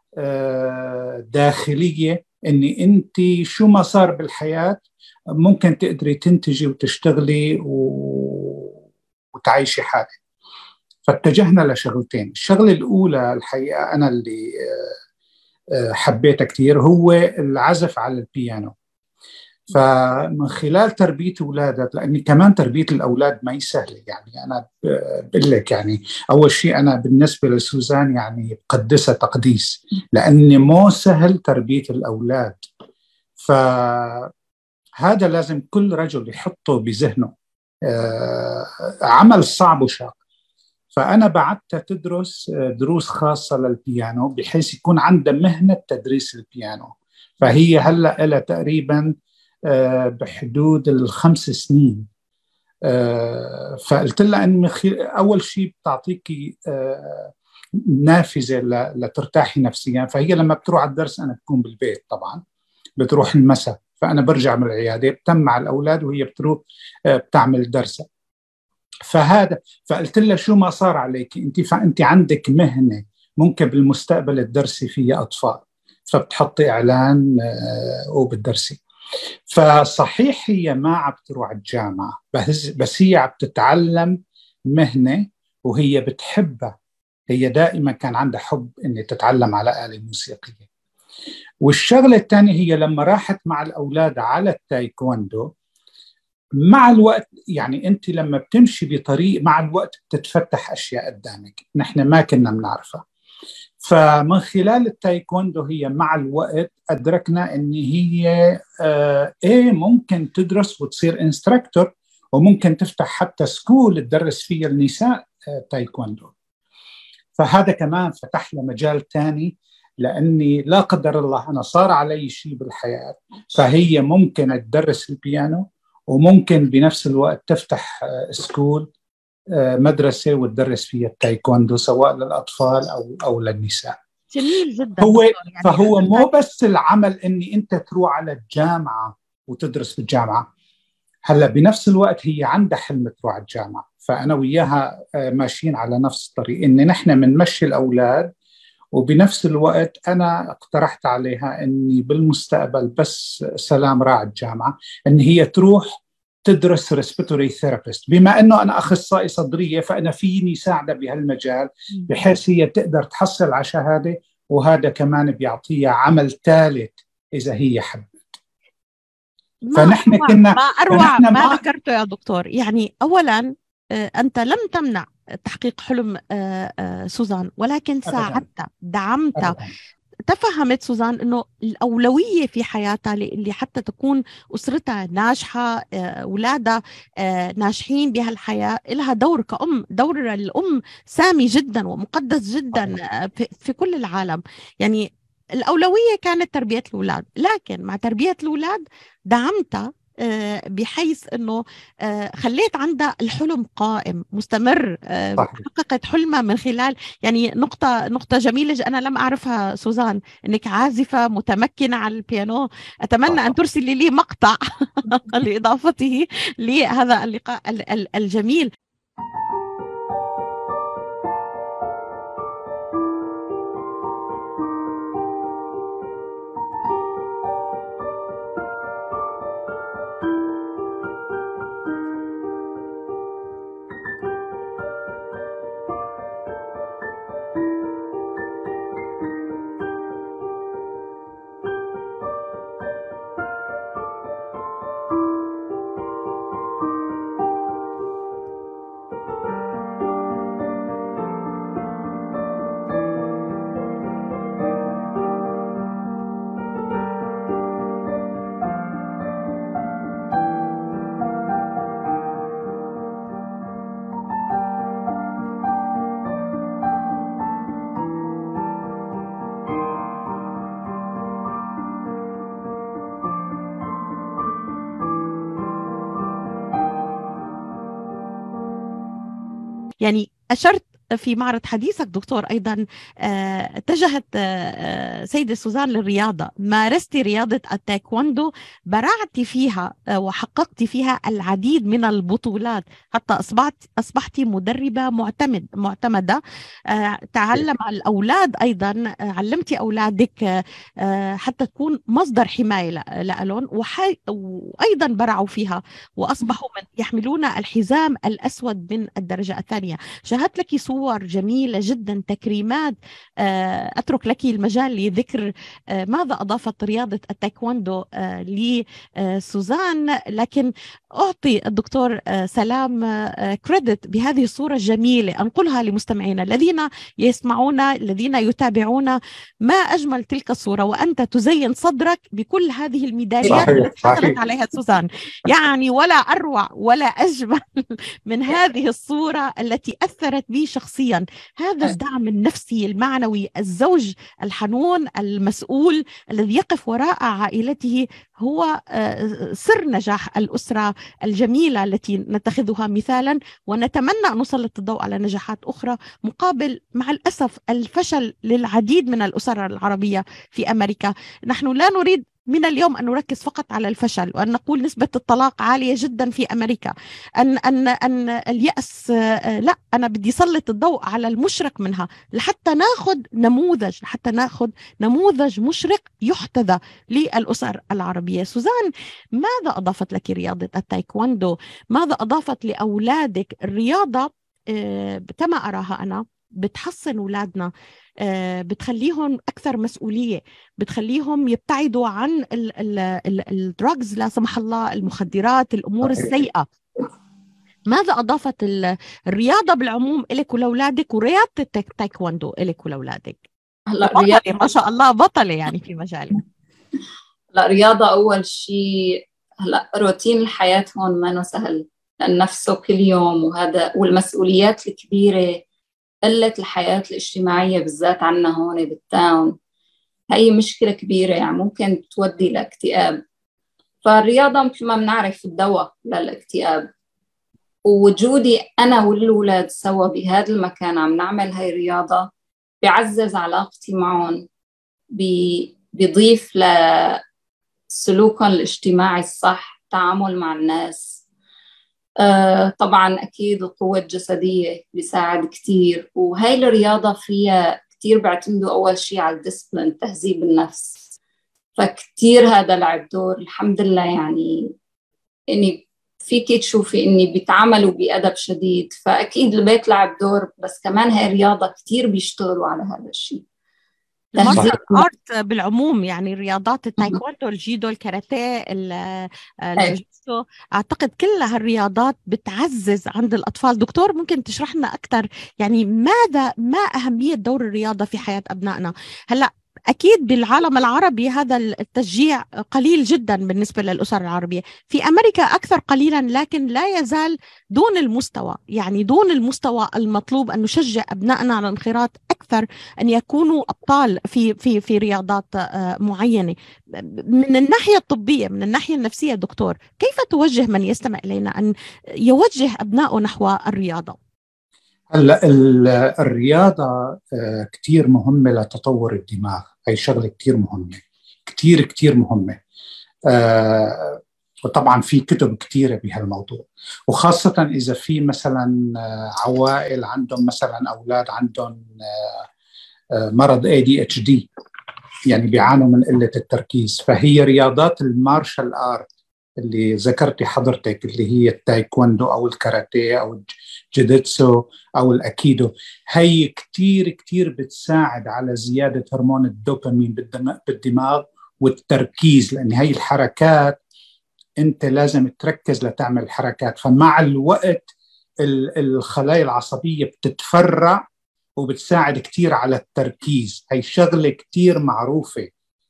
داخلية، أني أنت شو ما صار بالحياة ممكن تقدري تنتجي وتشتغلي وتعيشي حالك. فاتجهنا لشغلتين. الشغلة الأولى الحقيقة أنا اللي حبيتها كتير هو العزف على البيانو. فمن خلال تربية أولادك، لأني كمان تربية الأولاد ما هي سهلة. يعني أنا بقول لك يعني أول شيء أنا بالنسبة لسوزان يعني بقدسها تقديس، لأني مو سهل تربية الأولاد. فهذا لازم كل رجل يحطه بذهنه، عمل صعب وشاق. فأنا بعدتها تدرس دروس خاصة للبيانو بحيث يكون عندها مهنة تدريس البيانو. فهي هلأ لها تقريباً بحدود الخمس سنين. فقلت لها أن أول شيء بتعطيكي نافذة لترتاحي نفسيا. فهي لما بتروح على الدرس أنا بكون بالبيت، طبعا بتروح المساء، فأنا برجع من العيادة بتم مع الأولاد وهي بتروح بتعمل درسها. فهذا فقلت لها شو ما صار عليك أنت، فأنت عندك مهنة ممكن بالمستقبل تدرسي فيها أطفال، فبتحطي إعلان وبتدرسي. فصحيح هي ما عم تروح الجامعة، بس, بس هي عم تتعلم مهنة وهي بتحبها. هي دائما كان عندها حب إن تتعلم على آلة موسيقية. والشغلة الثانية هي لما راحت مع الأولاد على التايكوندو، مع الوقت يعني أنت لما بتمشي بطريق مع الوقت بتتفتح أشياء قدامك نحن ما كنا بنعرفها. فمن خلال التايكوندو هي مع الوقت أدركنا أن هي آه إيه ممكن تدرس وتصير انستراكتور، وممكن تفتح حتى سكول تدرس فيها النساء آه تايكوندو. فهذا كمان فتح لها مجال تاني، لأني لا قدر الله أنا صار علي شيء بالحياة، فهي ممكن تدرس البيانو وممكن بنفس الوقت تفتح آه سكول مدرسة وتدرس فيها التايكوندو سواء للأطفال أو أو للنساء. جميل جدا. هو يعني فهو مو بس العمل إني أنت تروح على الجامعة وتدرس في الجامعة. هلا بنفس الوقت هي عندها حلم تروح على الجامعة، فأنا وياها ماشيين على نفس الطريق، إن نحن منمشي الأولاد، وبنفس الوقت أنا اقترحت عليها إني بالمستقبل بس سلام راعي الجامعة إن هي تروح تدرس ريسبيتوري ثيرابيست. بما أنه أنا أخصائي صدرية فأنا فيني ساعدة بهالمجال بحيث هي تقدر تحصل على شهادة، وهذا كمان بيعطيها عمل ثالث إذا هي حبت. فنحن كنا ما أروع ما, ما ذكرته يا دكتور. يعني أولا أنت لم تمنع تحقيق حلم سوزان، ولكن ساعدتها، دعمتها، تفهمت سوزان أنه الأولوية في حياتها اللي حتى تكون أسرتها ناجحة، أولادها ناجحين بهالحياة، لها دور كأم. دور الأم سامي جدا ومقدس جدا في كل العالم. يعني الأولوية كانت تربية الأولاد، لكن مع تربية الأولاد دعمتها بحيث أنه خليت عندها الحلم قائم مستمر، حققت حلمها من خلال يعني نقطة نقطة جميلة أنا لم أعرفها سوزان، أنك عازفة متمكنة على البيانو. أتمنى أن ترسلي لي مقطع لإضافته لهذا اللقاء الجميل. يعني أشرت في معرض حديثك دكتور أيضا اتجهت سيدة سوزان للرياضة، مارست رياضة التايكوندو، برعت فيها وحققت فيها العديد من البطولات حتى أصبحت أصبحت مدربة معتمد معتمدة. تعلم الأولاد أيضا، علمتي أولادك حتى تكون مصدر حماية لألون، وأيضا برعوا فيها وأصبحوا من يحملون الحزام الأسود من الدرجة الثانية. شاهدت لك صور جميلة جدا، تكريمات. أترك لك المجال لذكر ماذا أضافت رياضة التايكوندو لسوزان، لكن أعطي الدكتور سلام كريدت بهذه الصورة الجميلة، أنقلها لمستمعينا الذين يسمعون الذين يتابعون. ما أجمل تلك الصورة وأنت تزين صدرك بكل هذه الميداليات التي حصلت عليها سوزان، يعني ولا أروع ولا أجمل من هذه الصورة التي أثرت بي شخصيا. هذا الدعم النفسي المعنوي، الزوج الحنون المسؤول الذي يقف وراء عائلته هو سر نجاح الأسرة الجميلة التي نتخذها مثالا، ونتمنى أن نسلط الضوء على نجاحات أخرى مقابل مع الأسف الفشل للعديد من الأسر العربية في أمريكا. نحن لا نريد من اليوم أن نركز فقط على الفشل وأن نقول نسبة الطلاق عالية جدا في أمريكا، أن أن أن اليأس، لا، أنا بدي سلط الضوء على المشرق منها لحتى ناخذ نموذج لحتى ناخذ نموذج مشرق يحتذى للأسر العربية. سوزان، ماذا أضافت لك رياضة التايكوندو؟ ماذا أضافت لأولادك الرياضة؟ كما أراها أنا بتحصن أولادنا، بتخليهم أكثر مسؤولية، بتخليهم يبتعدوا عن الدراجز لا سمح الله، المخدرات، الأمور السيئة. ماذا أضافت الرياضة بالعموم إليك ولأولادك، ورياضة التايكوندو إليك ولأولادك؟ هلا رياضة ما شاء الله بطلة يعني في مجالك. هلا رياضة أول شيء، هلا روتين الحياة هون ما سهل نفسه كل يوم، وهذا والمسؤوليات الكبيرة، قلة الحياة الاجتماعية بالذات عنا هون بالتاون، هي مشكلة كبيرة يعني ممكن تودي لاكتئاب. فالرياضة مثل ما بنعرف الدواء للاكتئاب، ووجودي أنا والأولاد سوا بهذا المكان عم نعمل هاي الرياضة بيعزز علاقتي معهم، بيضيف لسلوكهم الاجتماعي الصح، تعامل مع الناس. آه طبعا أكيد القوة الجسدية بيساعد كتير، وهاي الرياضة فيها كتير بيعتمدوا أول شيء على الديسبلين، تهذيب النفس، فكتير هذا لعب دور الحمد لله. يعني إني فيكي تشوفي إني بيتعاملوا بأدب شديد، فأكيد البيت لعب دور، بس كمان هاي الرياضة كتير بيشتغلوا على هذا الشيء. المارشال آرت بالعموم، يعني رياضات التايكوندو، الجيدو، الكاراتيه، الجوجيتسو، أعتقد كل هالرياضات بتعزز عند الأطفال. دكتور، ممكن تشرح لنا أكثر يعني ماذا ما أهمية دور الرياضة في حياة أبنائنا؟ هلأ أكيد بالعالم العربي هذا التشجيع قليل جدا بالنسبة للأسر العربية، في أمريكا أكثر قليلا، لكن لا يزال دون المستوى، يعني دون المستوى المطلوب أن نشجع أبنائنا على الانخراط أكثر أكثر أن يكونوا أبطال في في في رياضات معينة. من الناحية الطبية، من الناحية النفسية دكتور، كيف توجه من يستمع إلينا أن يوجه أبنائه نحو الرياضة؟ هلا الرياضة كتير مهمة لتطور الدماغ، هي شغلة كتير مهمة، كتير كتير مهمة. آه وطبعا في كتب كتيرة بهالموضوع، وخاصة إذا في مثلا عوائل عندهم مثلا أولاد عندهم آه مرض إيه دي إتش دي، يعني بيعانوا من قلة التركيز. فهي رياضات المارشال آرت اللي ذكرتي حضرتك، اللي هي التايكوندو أو الكاراتيه أو الجيدتسو أو الأكيدو، هي كتير كتير بتساعد على زيادة هرمون الدوبامين بالدماغ والتركيز، لأن هي الحركات أنت لازم تركز لتعمل الحركات. فمع الوقت الخلايا العصبية بتتفرع وبتساعد كتير على التركيز. هي شغلة كتير معروفة.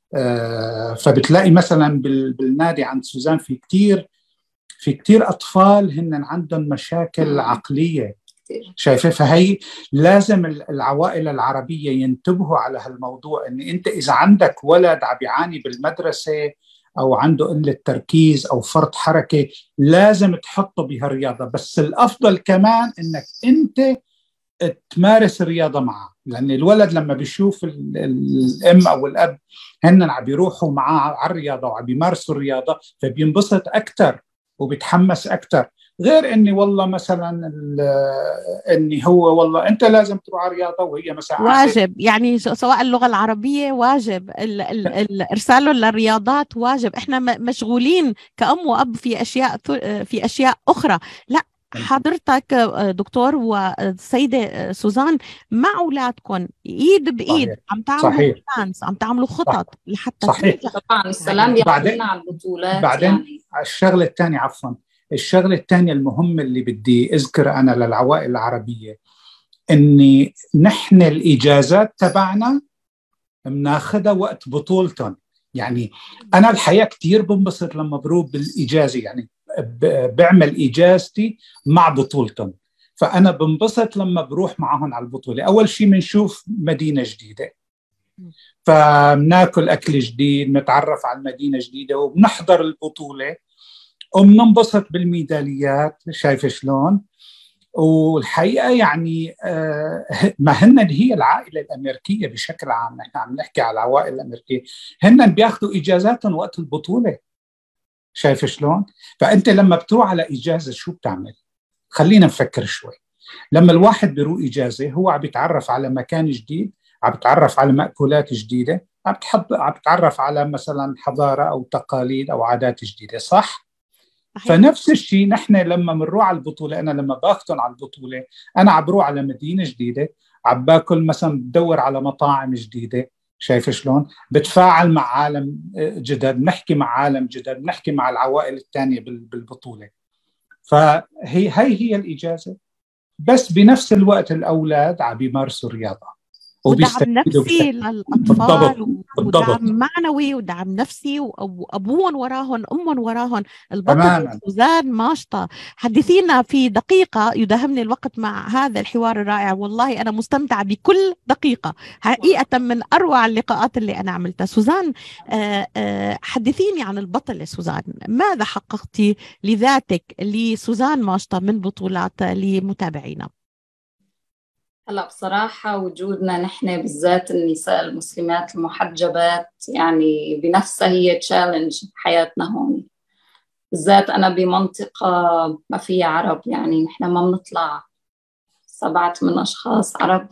آه فبتلاقي مثلا بالنادي عند سوزان في كتير في كتير أطفال هن عندهم مشاكل عقلية، شايفة؟ فهي لازم العوائل العربية ينتبهوا على هالموضوع، إن أنت إذا عندك ولد عم يعاني بالمدرسة أو عنده قلة تركيز أو فرط حركة، لازم تحطه بهالرياضة. بس الأفضل كمان إنك أنت تمارس الرياضة معه، لأن الولد لما بيشوف الأم أو الأب هن عم بيروحوا معاه على الرياضة وعم بيمارسوا الرياضة، فبينبسط أكتر وبيتحمس أكتر. غير إني والله مثلا إني هو والله أنت لازم تروح على الرياضة وهي مثلا واجب، يعني سواء اللغة العربية واجب، ال ال ال إرساله للرياضات واجب. إحنا مشغولين كأم وأب في أشياء في أشياء أخرى. لا، حضرتك دكتور والسيدة سوزان مع أولادكم إيد بإيد صحيح. عم تعملوا بلانس، عم تعملوا خطط لحتى صحيح. طبعا السلام بياخذنا على البطولات. بعدين يعني الشغلة الثانية عفوا الشغلة الثانية المهمة اللي بدي أذكر أنا للعوائل العربية، إني نحن الإجازات تبعنا بناخدها وقت بطولتهم. يعني أنا الحقيقة كتير بنبسط لما بروح بالإجازة، يعني بعمل إجازتي مع بطولتهم، فأنا بنبسط لما بروح معهم على البطولة. أول شيء بنشوف مدينة جديدة، فبناكل أكل جديد، نتعرف على المدينة جديدة، وبنحضر البطولة وبننبسط بالميداليات. شايف شلون؟ والحقيقة يعني آه ما هن هي العائلة الأمريكية بشكل عام، نحن عم نحكي على العوائل الأمريكية، هن بياخدوا إجازاتهم وقت البطولة. شايف شلون؟ فأنت لما بتروح على إجازة شو بتعمل؟ خلينا نفكر شوي. لما الواحد بيروح إجازة هو عم بيتعرف على مكان جديد، عم بيتعرف على مأكولات جديدة، عم بيتعرف على مثلا حضارة أو تقاليد أو عادات جديدة، صح؟ فنفس الشيء نحن لما بنروح على البطولة، أنا لما باخذهم على البطولة أنا عم بروح على مدينة جديدة، عم باكل مثلا، بدور على مطاعم جديدة. شايف شلون؟ بتفاعل مع عالم جدد، بنحكي مع عالم جدد، بنحكي مع العوائل الثانية بالبطولة. فهي هي هي الإجازة، بس بنفس الوقت الأولاد عم بيمارسوا رياضة ودعم نفسي للأطفال، ودعم معنوي ودعم نفسي، وأبوهم وراهن أمهم وراهن. البطل سوزان ماشطة. حدثينا في دقيقة، يداهمني الوقت مع هذا الحوار الرائع. والله أنا مستمتعة بكل دقيقة حقيقة، من أروع اللقاءات اللي أنا عملتها. سوزان، حدثيني عن البطل سوزان، ماذا حققتي لذاتك لسوزان ماشطة من بطولات لمتابعينا؟ هلا بصراحة وجودنا نحن بالذات النساء المسلمات المحجبات يعني بنفسها هي تشالنج بحياتنا هون، بالذات أنا بمنطقة ما فيها عرب، يعني نحن ما بنطلع سبعة من أشخاص عرب.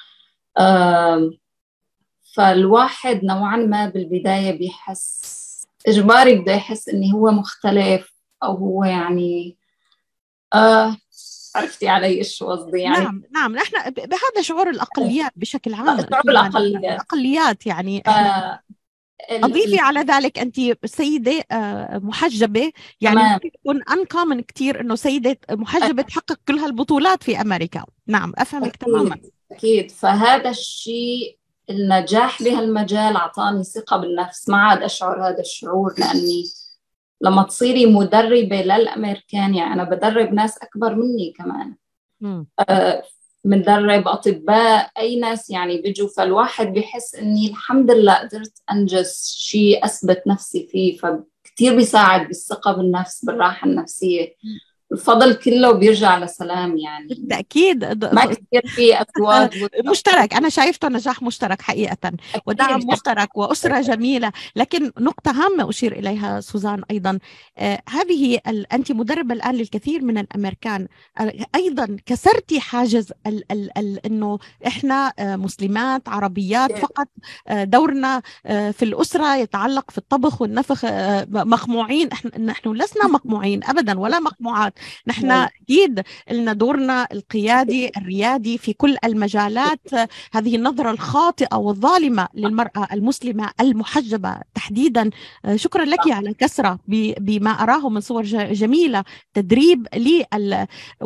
فالواحد نوعا ما بالبداية بيحس إجباري، بده يحس إني هو مختلف، أو هو يعني آه عرفتي علي إيش قصدي يعني؟ نعم نعم، نحن بهذا شعور الأقليات بشكل عام. شعور الأقليات الأقليات يعني إحنا أضيفي على ذلك أنت سيدة محجبة، يعني ممكن يكون أنكامن كتير إنه سيدة محجبة تحقق كل هالبطولات في أمريكا. نعم أفهمك تماما. أكيد. فهذا الشيء، النجاح بهالمجال أعطاني ثقة بالنفس، ما عاد أشعر هذا الشعور، لأني لما تصيري مدربة للأمريكان، يعني أنا بدرب ناس أكبر مني كمان، آه مندرب أطباء، أي ناس يعني بيجوا، فالواحد بيحس إني الحمد لله قدرت أنجز شيء أثبت نفسي فيه، فكتير بيساعد بالثقة بالنفس، بالراحة النفسية. الفضل كله بيرجع لسلام يعني. بالتأكيد ما كثير في أزواج مشترك، أنا شايفته نجاح مشترك حقيقة ودعم مشترك وأسرة جميلة. لكن نقطة هامة أشير إليها سوزان أيضا، آه هذه أنت مدربة الآن للكثير من الأمريكان، آه أيضا كسرتي حاجز ال ال ال إنه إحنا آه مسلمات عربيات فقط، آه دورنا آه في الأسرة يتعلق في الطبخ والنفخ، آه مقموعين. إحنا نحن لسنا مقموعين أبدا ولا مقموعات، نحن أكيد لنا دورنا القيادي الريادي في كل المجالات. هذه النظرة الخاطئة والظالمة للمرأة المسلمة المحجبة تحديدا، شكرا لك على كسرة بما أراه من صور جميلة، تدريب لي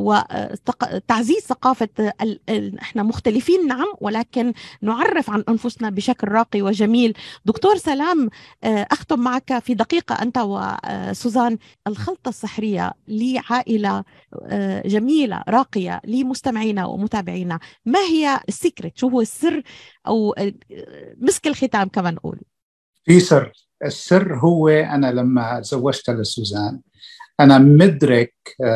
وتعزيز ثقافة احنا مختلفين نعم، ولكن نعرف عن أنفسنا بشكل راقي وجميل. دكتور سلام، أختم معك في دقيقة أنت وسوزان. الخلطة السحرية لعائلة جميلة راقية لمستمعينا ومتابعينا، ما هي السيكريت؟ شو هو السر أو مسك الختام كما نقول؟ في سر. السر هو أنا لما تزوجت لسوزان أنا مدرك،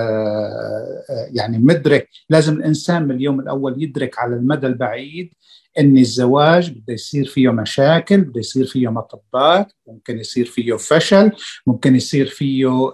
يعني مدرك لازم الإنسان من اليوم الأول يدرك على المدى البعيد إن الزواج بده يصير فيه مشاكل، بده يصير فيه مطبات، ممكن يصير فيه فشل، ممكن يصير فيه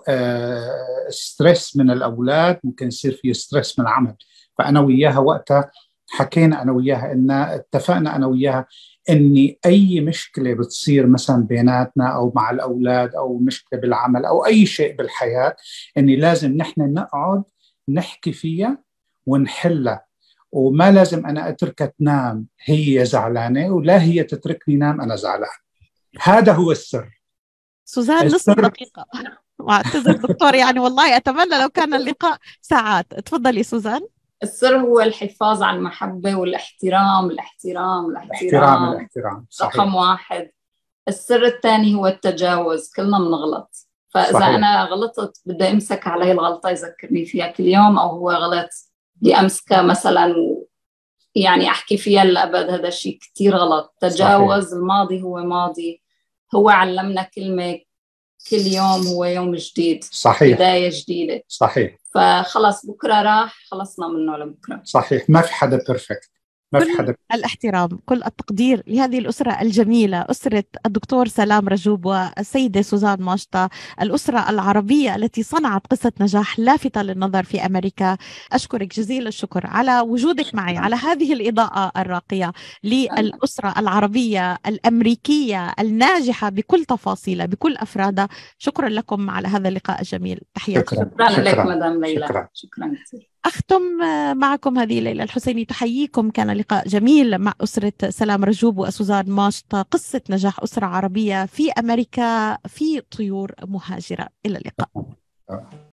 ستريس من الأولاد، ممكن يصير فيه ستريس من العمل. فأنا وياها وقتها حكينا أنا وياها إن اتفقنا أنا وياها إني أي مشكلة بتصير مثلا بيناتنا أو مع الأولاد أو مشكلة بالعمل أو أي شيء بالحياة، إني لازم نحن نقعد نحكي فيها ونحلها، وما لازم أنا أتركها تنام هي زعلانة ولا هي تتركني نام أنا زعلان. هذا هو السر. سوزان نصف دقيقة واعتذر دكتور، يعني والله أتمنى لو كان اللقاء ساعات. تفضلي سوزان. السر هو الحفاظ على المحبة والاحترام. الاحترام الاحترام الاحترام صحيح. رقم واحد. السر الثاني هو التجاوز. كلنا بنغلط، فإذا صحيح. أنا غلطت بدي أمسك علي الغلطة يذكرني فيها كل يوم، أو هو غلط بدي أمسكها مثلا يعني أحكي فيها للأبد. هذا الشيء كتير غلط. تجاوز صحيح. الماضي هو ماضي، هو علمنا كلمة كل يوم هو يوم جديد صحيح. بداية جديدة صحيح. فخلص بكرة راح، خلصنا منه لبكرة. صحيح. ما في حدا بيرفكت. ما في حدا. الاحترام، كل التقدير لهذه الأسرة الجميلة، أسرة الدكتور سلام رجوب والسيدة سوزان ماشطة، الأسرة العربية التي صنعت قصة نجاح لافتة للنظر في أمريكا. أشكرك جزيل الشكر على وجودك معي، على هذه الإضاءة الراقية للأسرة العربية الأمريكية الناجحة بكل تفاصيلها بكل أفرادها. شكرا لكم على هذا اللقاء الجميل. تحياتي. شكرا, شكرا لك مدام ليلى. شكرا, شكرا كثير. أختم معكم هذه ليلى الحسيني تحييكم. كان لقاء جميل مع أسرة سلام رجوب وسوزان ماشطة، قصة نجاح أسرة عربية في أمريكا في طيور مهاجرة. إلى اللقاء.